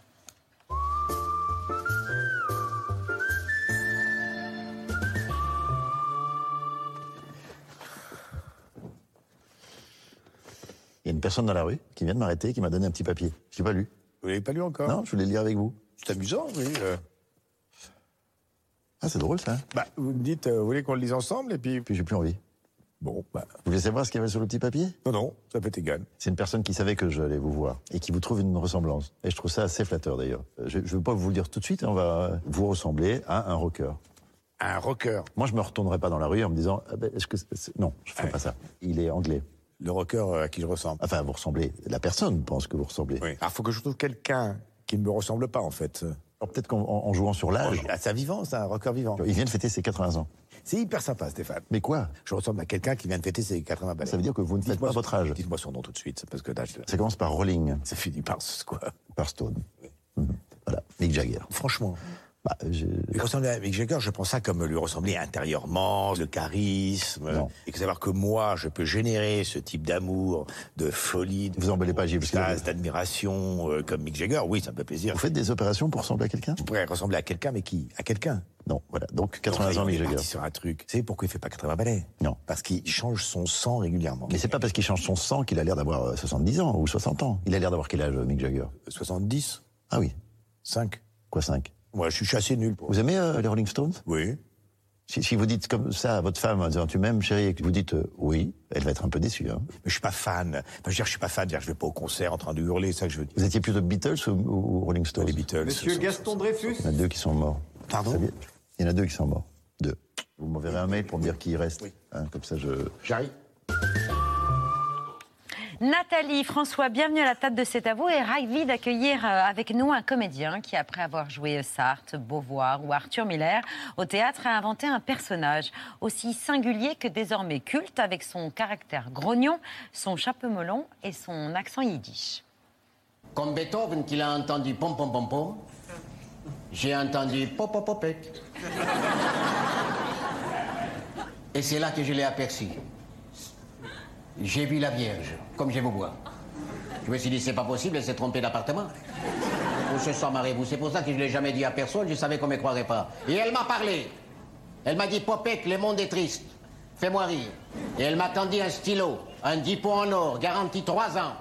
Il y a une personne dans la rue qui vient de m'arrêter, qui m'a donné un petit papier. Je l'ai pas lu. Vous l'avez pas lu encore? Non, je voulais le lire avec vous. C'est amusant, oui. Ah, c'est drôle, ça. Bah, vous me dites, vous voulez qu'on le lise ensemble, et puis... Puis j'ai plus envie. Bon, bah... Vous voulez savoir ce qu'il y avait sur le petit papier? Non, ça peut être égal. C'est une personne qui savait que j'allais vous voir, et qui vous trouve une ressemblance. Et je trouve ça assez flatteur, d'ailleurs. Je ne veux pas vous le dire tout de suite, on va vous ressembler à un rocker. Un rocker? Moi, je me retournerai pas dans la rue en me disant, est-ce que... Non, je ne ferai pas ça. Il est anglais. Le rocker à qui je ressemble. Enfin, vous ressemblez. La personne pense que vous ressemblez. Oui. Alors, il faut que je trouve quelqu'un qui ne me ressemble pas, en fait. Alors, peut-être qu'en jouant sur l'âge... À sa vivance, un rocker vivant. Il vient de fêter ses 80 ans. C'est hyper sympa, Stéphane. Mais quoi? Je ressemble à quelqu'un qui vient de fêter ses 80 balais. Ça veut dire que vous ne faites pas votre âge. Dites-moi son nom tout de suite, parce que là... Ça commence par Rolling. Ça finit par quoi? Par Stone. Oui. Voilà, Mick Jagger. Franchement... Il ressemblait à Mick Jagger, je prends ça comme lui ressembler intérieurement, le charisme, et que savoir que moi, je peux générer ce type d'amour, de folie, vous emballez pas, Gilles, d'admiration, comme Mick Jagger, oui, ça me fait plaisir. Vous faites des opérations pour ressembler à quelqu'un? Je pourrais ressembler à quelqu'un, mais qui? À quelqu'un. Non, voilà, donc 80 ans, Mick Jagger. Sur un truc. Vous savez pourquoi il fait pas 80 balais? Non. Parce qu'il change son sang régulièrement. Mais c'est pas parce qu'il change son sang qu'il a l'air d'avoir 70 ans ou 60 ans. Il a l'air d'avoir quel âge, Mick Jagger? 70. Ah oui. 5. Quoi, 5? Moi, je suis assez nul. Vous aimez les Rolling Stones? Oui. Si vous dites comme ça à votre femme en disant tu m'aimes chérie et que vous dites oui, elle va être un peu déçue. Hein. Mais je suis pas fan. Enfin, je veux dire, je suis pas fan. Je vais pas au concert en train de hurler, c'est ça que je veux dire. Vous étiez plutôt Beatles ou Rolling Stones? Les Beatles. Monsieur Gaston Dreyfus. Il y en a 2 qui sont morts. Pardon? Il y en a 2 qui sont morts. 2. Vous m'enverrez un mail pour me dire qui y reste. Oui. Hein, comme ça J'arrive. Nathalie, François, bienvenue à la table de C'est à vous et ravie d'accueillir avec nous un comédien qui, après avoir joué Sartre, Beauvoir ou Arthur Miller, au théâtre a inventé un personnage aussi singulier que désormais culte avec son caractère grognon, son chapeau melon et son accent yiddish. Comme Beethoven qu'il a entendu pom pom pom pom, j'ai entendu popopopek. Et c'est là que je l'ai aperçu. J'ai vu la Vierge, comme je vous vois. Je me suis dit, c'est pas possible, elle s'est trompée d'appartement. Vous se sent marrez-vous, c'est pour ça que je ne l'ai jamais dit à personne, je savais qu'on ne me croirait pas. Et elle m'a parlé. Elle m'a dit, Popek, le monde est triste. Fais-moi rire. Et elle m'a tendu un stylo, un 10 pots en or, garanti 3 ans.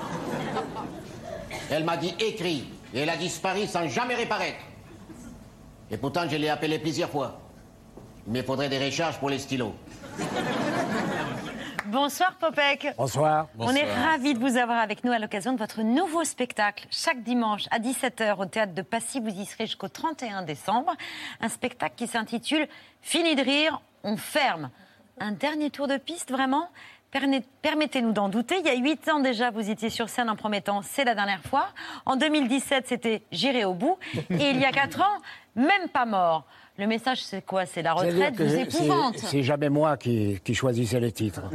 Elle m'a dit écris, et elle a disparu sans jamais réapparaître. Et pourtant, je l'ai appelée plusieurs fois. Il me faudrait des recharges pour les stylos. Bonsoir Popek. Bonsoir. On est ravis de vous avoir avec nous à l'occasion de votre nouveau spectacle. Chaque dimanche à 17h au Théâtre de Passy, vous y serez jusqu'au 31 décembre. Un spectacle qui s'intitule « Fini de rire, on ferme ». Un dernier tour de piste, vraiment ? Permettez-nous d'en douter. Il y a 8 ans déjà, vous étiez sur scène en promettant « C'est la dernière fois ». En 2017, c'était « J'irai au bout ». Et il y a 4 ans, « Même pas mort ». Le message, c'est quoi? C'est la retraite vous épouvante. C'est jamais moi qui choisissais les titres.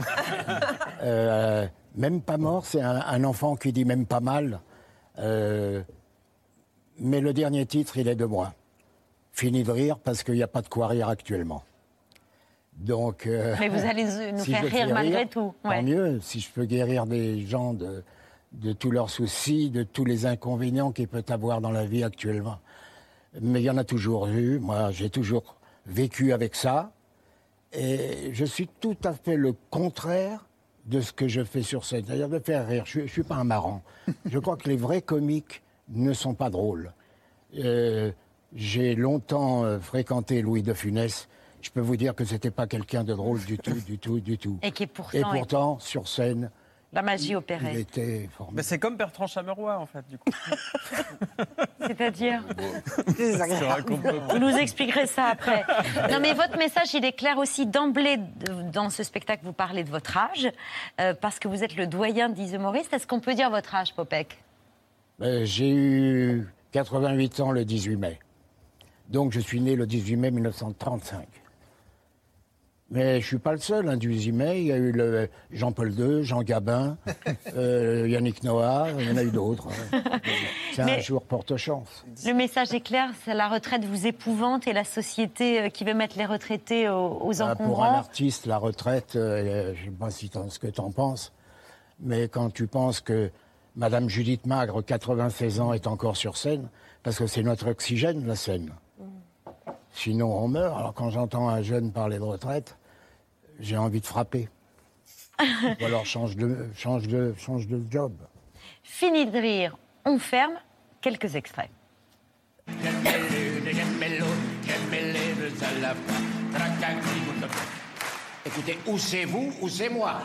Même pas mort, c'est un enfant qui dit même pas mal. Mais le dernier titre, il est de moi. Fini de rire parce qu'il n'y a pas de quoi rire actuellement. Donc, mais vous allez nous faire rire malgré tout. Tant mieux, si je peux guérir des gens de tous leurs soucis, de tous les inconvénients qu'ils peuvent avoir dans la vie actuellement. Mais il y en a toujours eu. Moi, j'ai toujours vécu avec ça. Et je suis tout à fait le contraire de ce que je fais sur scène. C'est-à-dire de faire rire. Je ne suis pas un marrant. Je crois que les vrais comiques ne sont pas drôles. J'ai longtemps fréquenté Louis de Funès. Je peux vous dire que c'était pas quelqu'un de drôle du tout. Et pourtant, sur scène, la magie opérait. Il était formidable. Mais c'est comme Bertrand Chameroy, en fait, du coup. C'est-à-dire Vous nous expliquerez ça après. Non, mais votre message, il est clair aussi. D'emblée, dans ce spectacle, vous parlez de votre âge, parce que vous êtes le doyen des humoristes. Est-ce qu'on peut dire votre âge, Popek? J'ai eu 88 ans le 18 mai. Donc, je suis né le 18 mai 1935. Mais je ne suis pas le seul, hein, du 18 mai. Il y a eu le Jean-Paul II, Jean Gabin, Yannick Noah, il y en a eu d'autres. C'est un jour porte-chance. Le message est clair, c'est la retraite vous épouvante et la société qui veut mettre les retraités aux encombrants. Pour un artiste, la retraite, je ne sais pas ce que tu en penses, mais quand tu penses que Madame Judith Magre, 96 ans, est encore sur scène, parce que c'est notre oxygène, la scène. Sinon, on meurt. Alors, quand j'entends un jeune parler de retraite, j'ai envie de frapper. Ou alors, change de job. Fini de rire, on ferme. Quelques extraits. Écoutez, ou c'est vous, ou c'est moi.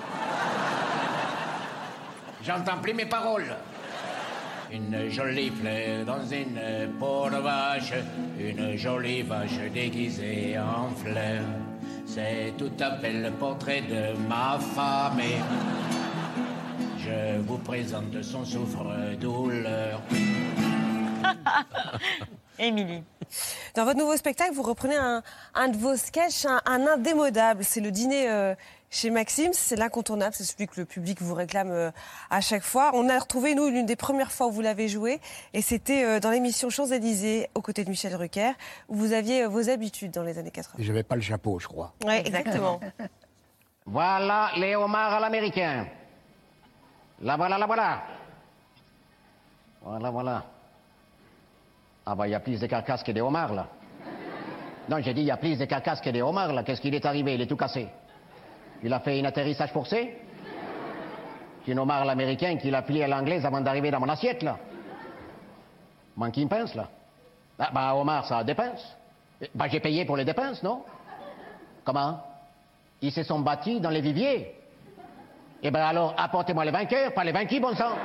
J'entends plus mes paroles. Une jolie fleur dans une peau de vache, une jolie vache déguisée en fleur. C'est tout à fait le portrait de ma femme et je vous présente son souffre-douleur. Émilie. Dans votre nouveau spectacle, vous reprenez un de vos sketchs, un indémodable. C'est le dîner chez Maxime, c'est l'incontournable, c'est celui que le public vous réclame à chaque fois. On a retrouvé, nous, l'une des premières fois où vous l'avez joué, et c'était dans l'émission Champs-Élysées, aux côtés de Michel Rucker, où vous aviez vos habitudes dans les années 80. Je n'avais pas le chapeau, je crois. Oui, exactement. Voilà les homards à l'américain. La voilà, la voilà. Voilà, voilà. Ah bah, il y a plus de carcasses que des homards, là. Non, j'ai dit, il y a plus de carcasses que des homards, là. Qu'est-ce qu'il est arrivé? Il est tout cassé. Il a fait un atterrissage forcé. C'est un homard à l'américain qu'il a plié à l'anglaise avant d'arriver dans mon assiette, là. Manque une pince, là. Ah, bah, homard, ça a des pinces. Bah, j'ai payé pour les dépenses, non? Comment? Ils se sont battus dans les viviers. Eh ben alors, apportez-moi les vainqueurs, pas les vaincus, bon sang.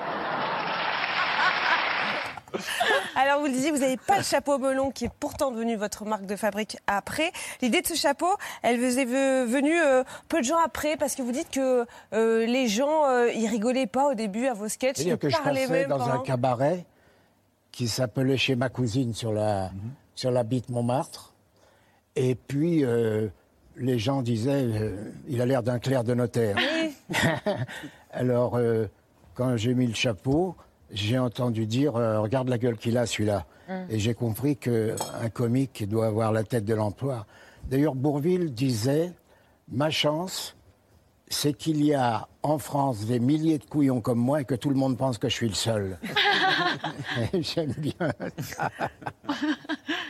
Alors, vous le disiez, vous n'avez pas le chapeau melon qui est pourtant devenu votre marque de fabrique après. L'idée de ce chapeau, elle vous est venue peu de gens après, parce que vous dites que les gens, ils rigolaient pas au début à vos sketchs. C'est-à-dire que je passais dans un cabaret qui s'appelait Chez ma cousine sur la Butte Montmartre. Et puis, les gens disaient, il a l'air d'un clerc de notaire. Oui. Alors, quand j'ai mis le chapeau, j'ai entendu dire, regarde la gueule qu'il a, celui-là. Et j'ai compris qu'un comique doit avoir la tête de l'emploi. D'ailleurs, Bourvil disait, ma chance, c'est qu'il y a en France des milliers de couillons comme moi et que tout le monde pense que je suis le seul. J'aime bien ça.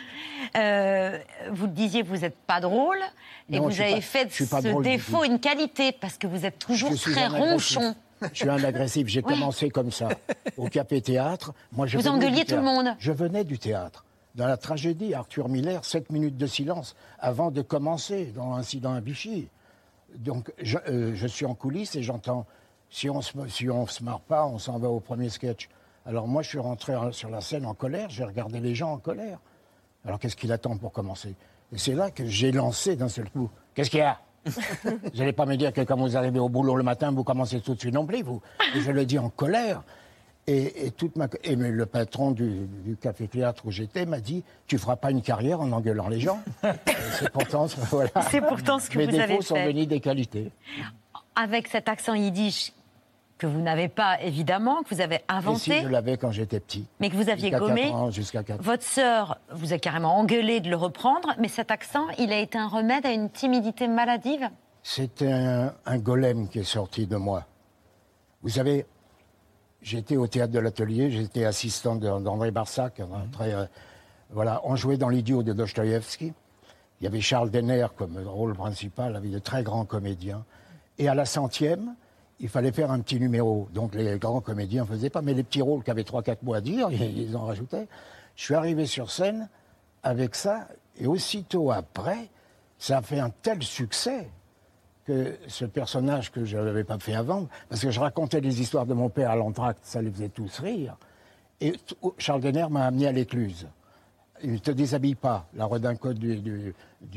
Vous le disiez, vous n'êtes pas drôle. Et Non, vous avez fait de ce défaut une qualité, parce que vous êtes toujours très ronchon. Je suis un agressif. J'ai commencé comme ça, au café-théâtre. Moi, vous engueuliez tout le monde. Je venais du théâtre. Dans la tragédie, Arthur Miller, 7 minutes de silence avant de commencer dans Incident à Vichy. Donc, je suis en coulisses et j'entends, si on se marre pas, on s'en va au premier sketch. Alors moi, je suis rentré sur la scène en colère, j'ai regardé les gens en colère. Alors qu'est-ce qu'il attend pour commencer? Et c'est là que j'ai lancé d'un seul coup. Qu'est-ce qu'il y a? Vous n'allez pas me dire que quand vous arrivez au boulot le matin, vous commencez tout de suite non plus, vous. Et je le dis en colère. Et le patron du café-théâtre où j'étais m'a dit « Tu ne feras pas une carrière en engueulant les gens. » C'est pourtant, voilà. C'est pourtant ce que vous avez fait. Mes défauts sont venus des qualités. Avec cet accent yiddish que vous n'avez pas, évidemment, que vous avez inventé. Et si, je l'avais quand j'étais petit. Mais que vous aviez gommé. Jusqu'à 4 ans. Votre sœur vous a carrément engueulé de le reprendre, mais cet accent, il a été un remède à une timidité maladive? C'était un golem qui est sorti de moi. Vous savez, j'étais au théâtre de l'Atelier, j'étais assistant d'André Barsac. Voilà, on jouait dans l'Idiot de Dostoïevski. Il y avait Charles Denner comme rôle principal, avec de très grands comédiens. Et à la 100e, il fallait faire un petit numéro. Donc les grands comédiens ne faisaient pas, mais les petits rôles qui avaient 3-4 mots à dire, ils en rajoutaient. Je suis arrivé sur scène avec ça, et aussitôt après, ça a fait un tel succès que ce personnage que je n'avais pas fait avant, parce que je racontais les histoires de mon père à l'entracte, ça les faisait tous rire. Et Charles Denner m'a amené à l'Écluse. Il ne te déshabille pas, la redingote du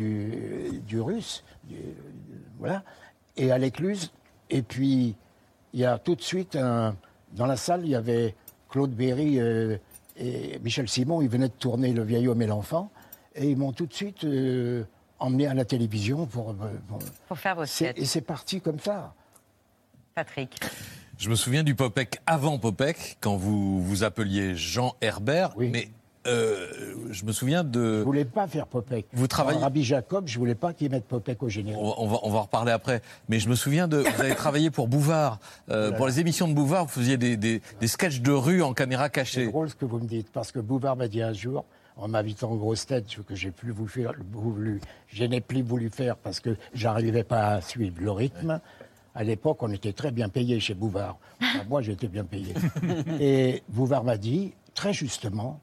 russe, voilà. Et à l'Écluse, et puis il y a tout de suite, dans la salle, il y avait Claude Berry et Michel Simon, ils venaient de tourner Le vieil homme et l'enfant, et ils m'ont tout de suite emmené à la télévision pour faire vos sketchs. Et c'est parti comme ça. Patrick. Je me souviens du Popek avant Popek, quand vous vous appeliez Jean Herbert, oui. Mais je me souviens de... Je voulais pas faire Popek. Vous travaillez... Rabbi Jacob, je voulais pas qu'il mette Popek au générique. On va en reparler après. Mais je me souviens de... Vous avez travaillé pour Bouvard. Pour les émissions de Bouvard, vous faisiez des sketchs de rue en caméra cachée. C'est drôle ce que vous me dites, parce que Bouvard m'a dit un jour, en m'invitant en grosse tête, ce que je n'ai plus voulu faire parce que j'arrivais pas à suivre le rythme. À l'époque, on était très bien payé chez Bouvard. Enfin, moi, j'étais bien payé. Et Bouvard m'a dit, très justement,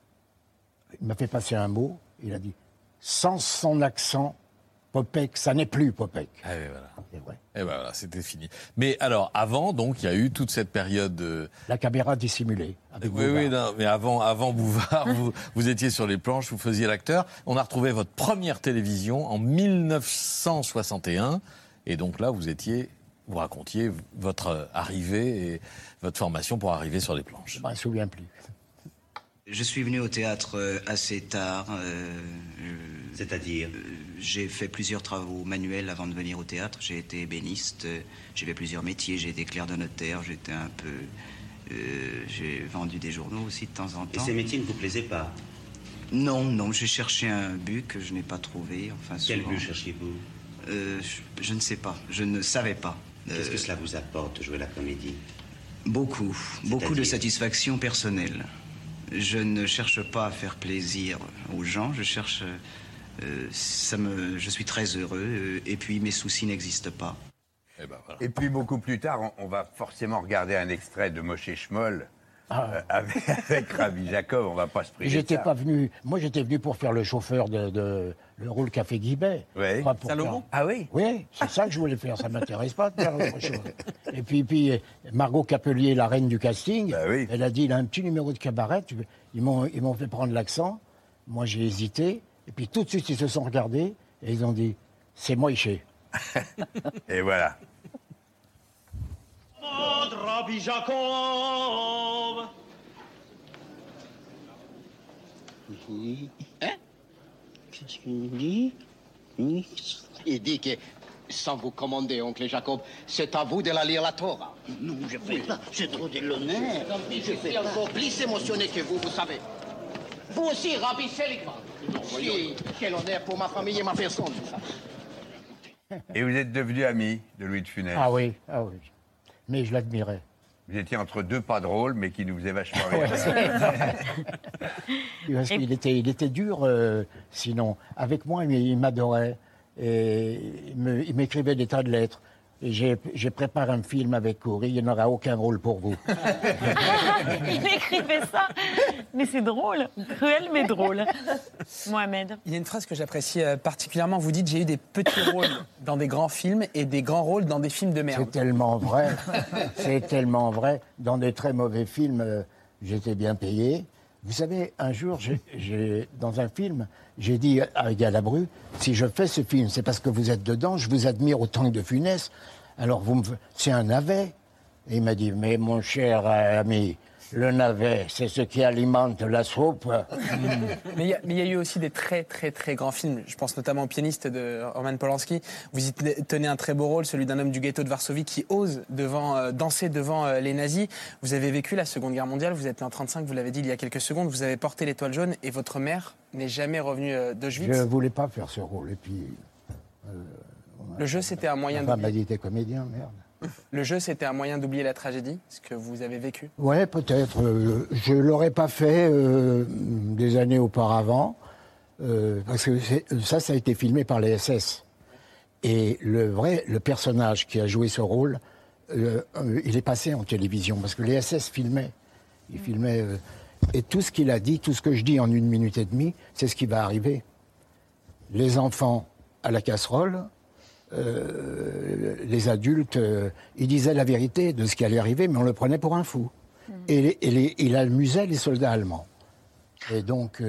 il m'a fait passer un mot, il a dit « Sans son accent, Popek, ça n'est plus Popek. » Ah oui, voilà. Et ben voilà, c'était fini. Mais alors, avant, donc, il y a eu toute cette période... La caméra dissimulée. Oui, non, mais avant Bouvard, vous étiez sur les planches, vous faisiez l'acteur. On a retrouvé votre première télévision en 1961. Et donc là, vous racontiez votre arrivée et votre formation pour arriver sur les planches. Je ne me souviens plus. Je suis venu au théâtre assez tard. C'est-à-dire j'ai fait plusieurs travaux manuels avant de venir au théâtre. J'ai été ébéniste, j'ai fait plusieurs métiers. J'ai été clerc de notaire, j'étais un peu... j'ai vendu des journaux aussi de temps en temps. Et ces métiers ne vous plaisaient pas? Non, j'ai cherché un but que je n'ai pas trouvé. Enfin, quel but cherchiez-vous? Je ne sais pas, je ne savais pas. Qu'est-ce que cela vous apporte de jouer la comédie? Beaucoup de satisfaction personnelle. Je ne cherche pas à faire plaisir aux gens, je cherche... je suis très heureux, et puis mes soucis n'existent pas. Et, ben voilà. Et puis beaucoup plus tard, on va forcément regarder un extrait de Moshe Shmuel avec Rabbi Jacob, on va pas se priver de ça. Moi j'étais venu pour faire le chauffeur le rôle Café Guibet. Oui. Salomon. Ah oui. Oui, c'est ça que je voulais faire, ça m'intéresse pas de faire autre chose. Et puis Margot Capelier, la reine du casting, elle a dit, il a un petit numéro de cabaret, ils m'ont fait prendre l'accent, moi j'ai hésité, et puis tout de suite ils se sont regardés, et ils ont dit, c'est Moïse. Et voilà. Rabbi Jacob. Hein? Qu'est-ce qu'il dit? Il dit que, sans vous commander, oncle Jacob, c'est à vous de la lire la Torah. Non, je ne fais pas. C'est trop de l'honneur. Je suis encore plus émotionné que vous savez. Vous aussi, Rabbi Seligman. Quel honneur pour ma famille et ma personne. Et vous êtes devenu ami de Louis de Funès? Ah oui. Mais je l'admirais. Vous étiez entre deux pas drôles, mais qui nous faisaient vachement rire. Parce qu'il était dur, sinon. Avec moi, il m'adorait. Et il m'écrivait des tas de lettres. Et j'ai préparé un film avec Cory, il n'y en aura aucun rôle pour vous. Il écrivait ça. Mais c'est drôle, cruel mais drôle. Mohamed. Il y a une phrase que j'apprécie particulièrement. Vous dites, j'ai eu des petits rôles dans des grands films et des grands rôles dans des films de merde. C'est tellement vrai. C'est tellement vrai. Dans des très mauvais films, j'étais bien payé. Vous savez, un jour, dans un film, j'ai dit à Galabru, si je fais ce film, c'est parce que vous êtes dedans, je vous admire autant que de Funès. Alors, c'est un navet. Et il m'a dit, mais mon cher ami, le navet, c'est ce qui alimente la soupe. Mais il y a eu aussi des très, très, très grands films. Je pense notamment au Pianiste de Roman Polanski. Vous y tenez un très beau rôle, celui d'un homme du ghetto de Varsovie qui ose danser devant les nazis. Vous avez vécu la Seconde Guerre mondiale, vous êtes né en 1935, vous l'avez dit il y a quelques secondes, vous avez porté l'étoile jaune et votre mère n'est jamais revenue d'Auschwitz. Je ne voulais pas faire ce rôle. Et puis, le jeu, c'était un moyen de... m'a dit, t'es comédien, merde. Le jeu, c'était un moyen d'oublier la tragédie, ce que vous avez vécu? Ouais, peut-être. Je ne l'aurais pas fait des années auparavant, parce que ça a été filmé par les SS. Et le personnage qui a joué ce rôle, il est passé en télévision, parce que les SS filmaient. Ils filmaient. Et tout ce qu'il a dit, tout ce que je dis en 1 minute et demie, c'est ce qui va arriver. Les enfants à la casserole... les adultes, ils disaient la vérité de ce qui allait arriver, mais on le prenait pour un fou. Et il amusait les soldats allemands. Et donc,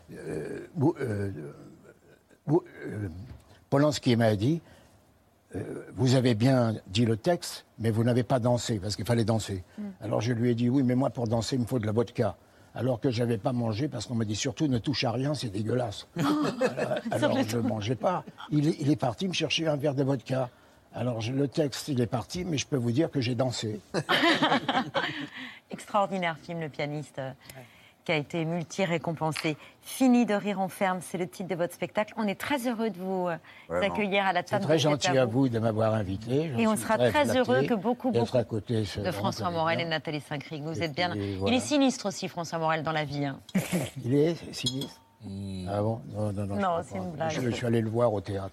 Polanski m'a dit, vous avez bien dit le texte, mais vous n'avez pas dansé, parce qu'il fallait danser. Alors je lui ai dit, oui, mais moi, pour danser, il me faut de la vodka. Alors que je n'avais pas mangé, parce qu'on m'a dit surtout ne touche à rien, c'est dégueulasse. Alors je ne mangeais pas. Il est parti me chercher un verre de vodka. Alors le texte, il est parti, mais je peux vous dire que j'ai dansé. Extraordinaire film, Le Pianiste, qui a été multi-récompensé. Fini de rire en ferme, c'est le titre de votre spectacle. On est très heureux de vous accueillir à la table. C'est très gentil à vous de m'avoir invité. Et on sera très heureux que beaucoup à côté de François Morel et de Nathalie Saint-Cricq. Vous êtes bien. Voilà. Il est sinistre aussi, François Morel, dans la vie. Hein. Il est sinistre Ah bon? Non, c'est une blague. Je suis allé le voir au théâtre.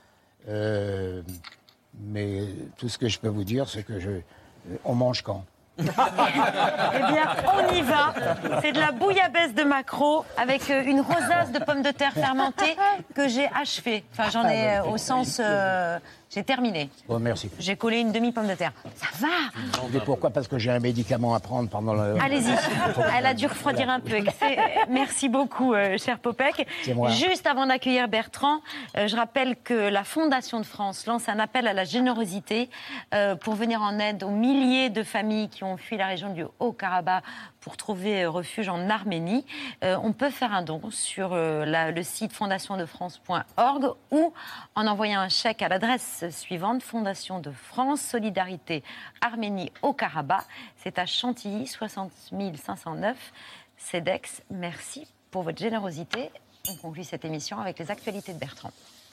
Mais tout ce que je peux vous dire, c'est que on mange quand? Eh bien, on y va. C'est de la bouillabaisse de maquereau avec une rosace de pommes de terre fermentées que j'ai achevée. Enfin, j'en ai au sens... j'ai terminé. Bon, merci. J'ai collé une demi-pomme de terre. Ça va. Mais pourquoi? Parce que j'ai un médicament à prendre pendant le... Allez-y. Elle a dû refroidir un peu. Merci beaucoup, cher Popek. C'est moi. Juste avant d'accueillir Bertrand, je rappelle que la Fondation de France lance un appel à la générosité pour venir en aide aux milliers de familles qui ont fui la région du Haut-Karabakh pour trouver refuge en Arménie. On peut faire un don sur le site fondationdefrance.org ou en envoyant un chèque à l'adresse suivante, Fondation de France, Solidarité Arménie Haut-Karabakh. C'est à Chantilly, 60 509, CEDEX. Merci pour votre générosité. On conclut cette émission avec les actualités de Bertrand.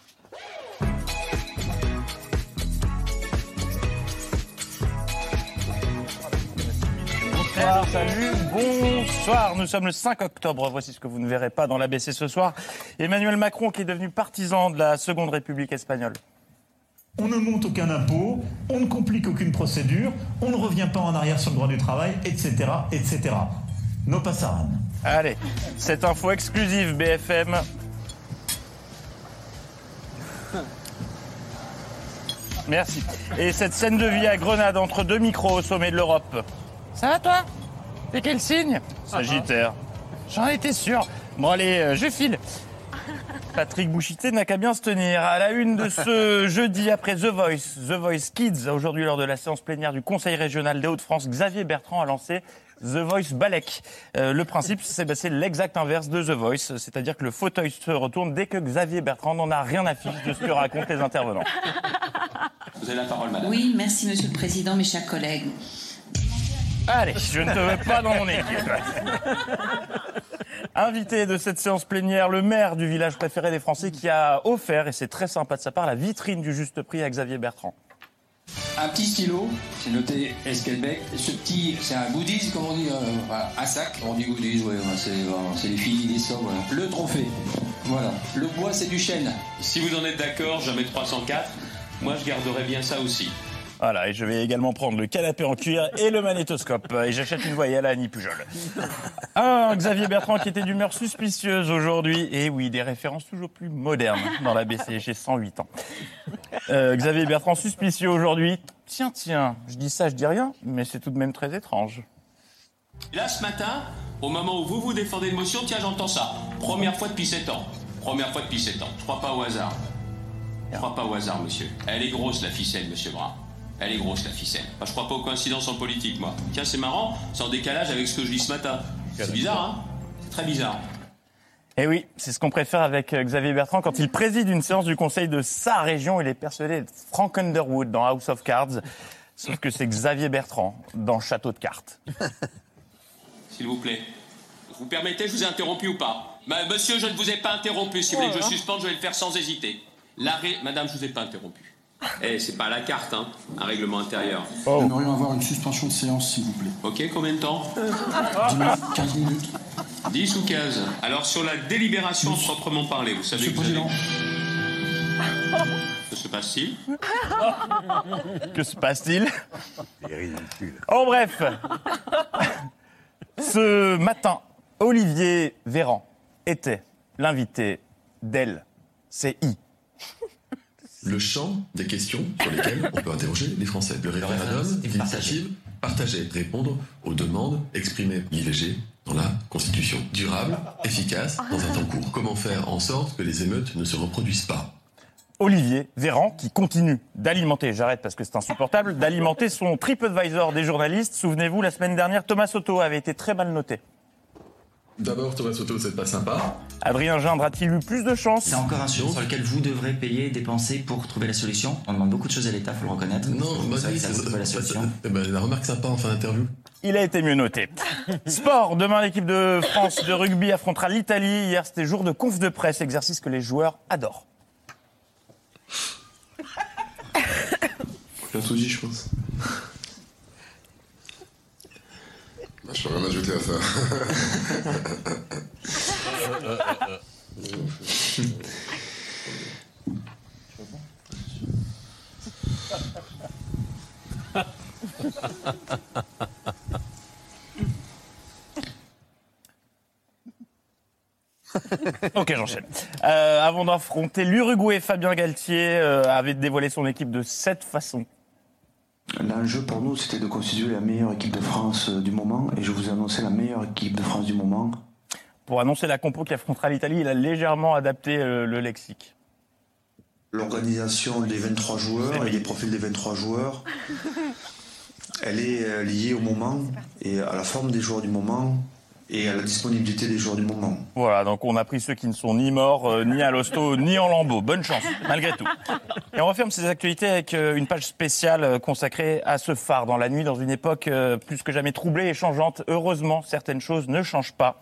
Bonsoir, salut, bonsoir. Nous sommes le 5 octobre. Voici ce que vous ne verrez pas dans l'ABC ce soir. Emmanuel Macron qui est devenu partisan de la Seconde République espagnole. On ne monte aucun impôt, on ne complique aucune procédure, on ne revient pas en arrière sur le droit du travail, etc., etc. No pasaran. Allez, cette info exclusive BFM. Merci. Et cette scène de vie à Grenade entre deux micros au sommet de l'Europe. Ça va toi? T'es quel signe? Sagittaire. J'en étais sûr. Bon allez, je file. Patrick Bouchité n'a qu'à bien se tenir. À la une de ce jeudi après The Voice Kids, aujourd'hui lors de la séance plénière du Conseil régional des Hauts-de-France, Xavier Bertrand a lancé The Voice Balek. Le principe, c'est l'exact inverse de The Voice, c'est-à-dire que le fauteuil se retourne dès que Xavier Bertrand n'en a rien à fiche de ce que racontent les intervenants. Vous avez la parole, madame. Oui, merci, monsieur le président, mes chers collègues. Allez, je ne te veux pas dans mon équipe. Invité de cette séance plénière, le maire du village préféré des Français qui a offert, et c'est très sympa de sa part, la vitrine du juste prix à Xavier Bertrand. un petit stylo, c'est noté Esquelbec. Ce petit, c'est un goodies, comme on dit, un sac. On dit goodies, ouais, c'est les filles des sommes. Voilà. Le trophée, voilà. Le bois, c'est du chêne. Si vous en êtes d'accord, j'en mets 304. Moi, je garderai bien ça aussi. Voilà, et je vais également prendre le canapé en cuir et le magnétoscope. Et j'achète une voyelle à Annie Pujol. Xavier Bertrand qui était d'humeur suspicieuse aujourd'hui. Et oui, des références toujours plus modernes dans la BC. J'ai 108 ans. Xavier Bertrand suspicieux aujourd'hui. Tiens, je dis ça, je dis rien, mais c'est tout de même très étrange. Là, ce matin, au moment où vous vous défendez de motion, tiens, j'entends ça. Première fois depuis 7 ans. Première fois depuis 7 ans. Je crois pas au hasard. Je crois pas au hasard, monsieur. Elle est grosse, la ficelle, monsieur Brun. Elle est grosse, la ficelle. Enfin, je crois pas aux coïncidences en politique, moi. Tiens, c'est marrant, c'est en décalage avec ce que je lis ce matin. C'est bizarre, hein? C'est très bizarre. Eh oui, c'est ce qu'on préfère avec Xavier Bertrand. Quand il préside une séance du conseil de sa région, il est persuadé d'être Frank Underwood dans House of Cards. Sauf que c'est Xavier Bertrand dans Château de cartes. S'il vous plaît. Vous permettez, je vous ai interrompu ou pas? Monsieur, je ne vous ai pas interrompu. Si vous voulez que je suspende, je vais le faire sans hésiter. Madame, je vous ai pas interrompu. C'est pas à la carte, hein, un règlement intérieur. Nous aimerions avoir une suspension de séance, s'il vous plaît. Ok, combien de temps? 10 minutes, 15 minutes. 10 ou 15. Alors, sur la délibération proprement parlée, vous savez Monsieur le Président. Que se passe-t-il? Que se passe-t-il? C'est ridicule. En bref, ce matin, Olivier Véran était l'invité d'LCI. Le champ des questions sur lesquelles on peut interroger les Français. Le référendum d'initiative partagée. Répondre aux demandes exprimées. L'IVG dans la Constitution. Durable, efficace, dans un temps court. Comment faire en sorte que les émeutes ne se reproduisent pas? Olivier Véran qui continue d'alimenter, j'arrête parce que c'est insupportable, d'alimenter son TripAdvisor des journalistes. Souvenez-vous, la semaine dernière, Thomas Soto avait été très mal noté. D'abord, Thomas Soto, c'est pas sympa. Adrien Gindre a-t-il eu plus de chance? C'est encore un sujet sur lequel vous devrez payer et dépenser pour trouver la solution. On demande beaucoup de choses à l'État, faut le reconnaître. Non, la solution. La remarque sympa en fin d'interview. Il a été mieux noté. Sport, demain l'équipe de France de rugby affrontera l'Italie. Hier, c'était jour de conf de presse, exercice que les joueurs adorent. J'ai tout dit, je pense. Je peux rien ajouter à ça. Ok, j'enchaîne. Avant d'affronter l'Uruguay, Fabien Galtier avait dévoilé son équipe de cette façon. L'enjeu pour nous, c'était de constituer la meilleure équipe de France du moment, et je vous ai annoncé la meilleure équipe de France du moment. Pour annoncer la compo qui affrontera l'Italie, il a légèrement adapté le lexique. L'organisation des 23 joueurs et les profils des 23 joueurs, elle est liée au moment et à la forme des joueurs du moment et à la disponibilité des joueurs du moment. Voilà, donc on a pris ceux qui ne sont ni morts, ni à l'hosto, ni en lambeaux. Bonne chance, malgré tout. Et on referme ces actualités avec une page spéciale consacrée à ce phare dans la nuit, dans une époque plus que jamais troublée et changeante. Heureusement, certaines choses ne changent pas.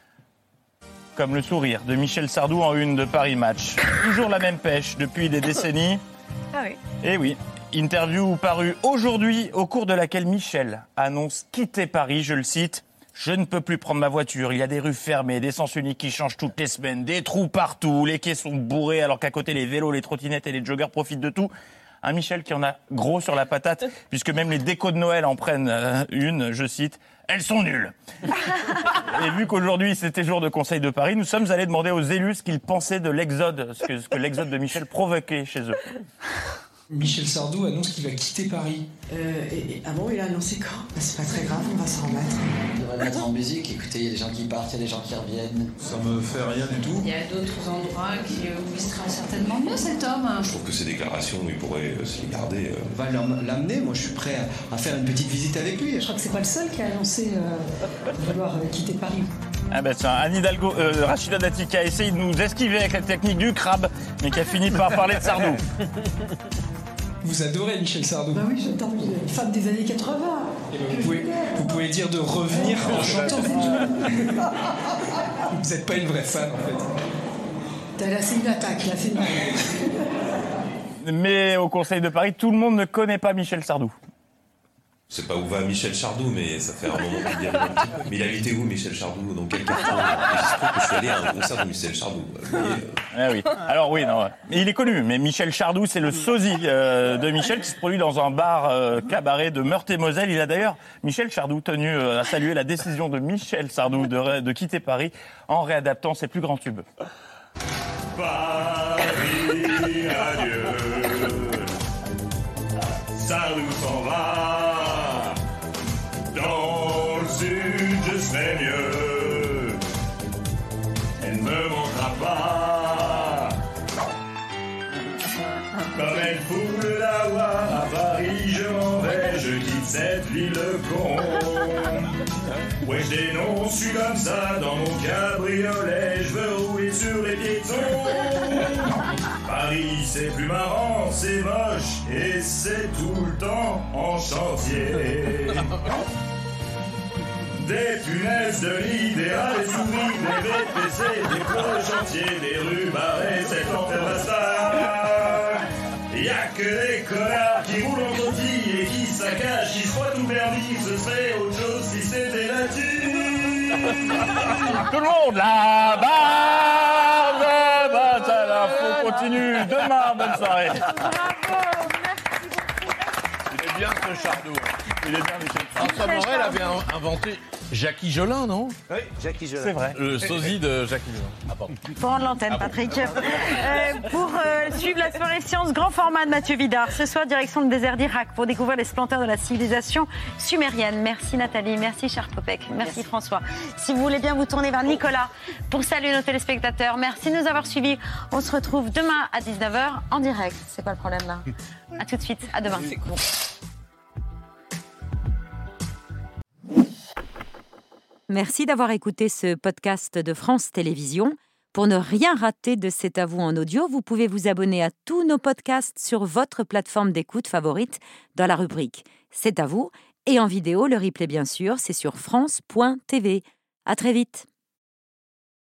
Comme le sourire de Michel Sardou en une de Paris Match. Toujours la même pêche depuis des décennies. Ah oui. Et oui, interview parue aujourd'hui, au cours de laquelle Michel annonce quitter Paris, je le cite. Je ne peux plus prendre ma voiture, il y a des rues fermées, des sens uniques qui changent toutes les semaines, des trous partout, les quais sont bourrés alors qu'à côté les vélos, les trottinettes et les joggers profitent de tout. Un Michel qui en a gros sur la patate, puisque même les décos de Noël en prennent une, je cite, « Elles sont nulles !» Et vu qu'aujourd'hui c'était jour de Conseil de Paris, nous sommes allés demander aux élus ce qu'ils pensaient de l'exode, ce que l'exode de Michel provoquait chez eux. Michel Sardou annonce qu'il va quitter Paris. Ah bon, il a annoncé quand? C'est pas très grave, on va s'en remettre. On devrait mettre en musique, écoutez, il y a des gens qui partent, il y a des gens qui reviennent. Ça me fait rien du tout. Il y a d'autres endroits où il sera certainement mieux, cet homme. Je trouve que ces déclarations, il pourrait se les garder. On va l'amener, moi je suis prêt à faire une petite visite avec lui. Je crois que c'est pas le seul qui a annoncé vouloir quitter Paris. Ah ben tiens, Anne Hidalgo, Rachida Dati qui a essayé de nous esquiver avec la technique du crabe, mais qui a fini par parler de Sardou. Vous adorez Michel Sardou? Bah oui, j'adore, une femme des années 80. Et ben vous pouvez dire de revenir en chantant. Vous n'êtes pas une vraie fan en fait. Là c'est une attaque, là c'est une... Mais au Conseil de Paris, tout le monde ne connaît pas Michel Sardou. Je sais pas où va Michel Sardou, mais ça fait un moment qu'il dérive un petit peu. Mais il habitait où, Michel Sardou? Dans quel quartier? Il se trouve que je suis allé à un concert de Michel Sardou. Ah oui. Alors oui, non. Il est connu, mais Michel Sardou, c'est le sosie de Michel qui se produit dans un bar cabaret de Meurthe-et-Moselle. Il a d'ailleurs, Michel Sardou, tenu à saluer la décision de Michel Sardou de quitter Paris en réadaptant ses plus grands tubes. Paris, adieu. Sardou s'en va. Dans le sud, je serai mieux. Elle ne me manquera pas. Comme elle fout la voix à Paris, je m'en vais. Je quitte cette ville con. Ouais, je dénonce, je suis comme ça dans mon cabriolet. Je veux rouler sur les piétons. Paris, c'est plus marrant, c'est moche et c'est tout le temps en chantier. Des punaises de lit, des rats, des souris, des VPC, des gros chantiers, des rues barrées, c'est enfer bastard. Y'a que des connards qui roulent en tortille et qui saccagent, qui se croient tout permis, ce serait autre chose si c'était la tue. Tout le monde, la barbe, bah, ça, l'info continue. Demain, bonne soirée. Bravo, Il est bien ce Sardou. Il est bien, Michel. François Morel avait inventé Jackie Jolin, non? Oui, Jackie Jolin. C'est vrai. Le sosie de Jackie Jolin. Ah, pardon. Pour rendre l'antenne, Patrick. Pour suivre la soirée science grand format de Mathieu Vidard, ce soir, direction le désert d'Irak pour découvrir les splendeurs de la civilisation sumérienne. Merci Nathalie, merci cher Popek, merci François. Si vous voulez bien vous tourner vers Nicolas pour saluer nos téléspectateurs, merci de nous avoir suivis. On se retrouve demain à 19h en direct. C'est quoi le problème là? À tout de suite, à demain. Merci d'avoir écouté ce podcast de France Télévisions. Pour ne rien rater de C'est à vous en audio, vous pouvez vous abonner à tous nos podcasts sur votre plateforme d'écoute favorite dans la rubrique C'est à vous. Et en vidéo, le replay bien sûr, c'est sur France.tv. À très vite.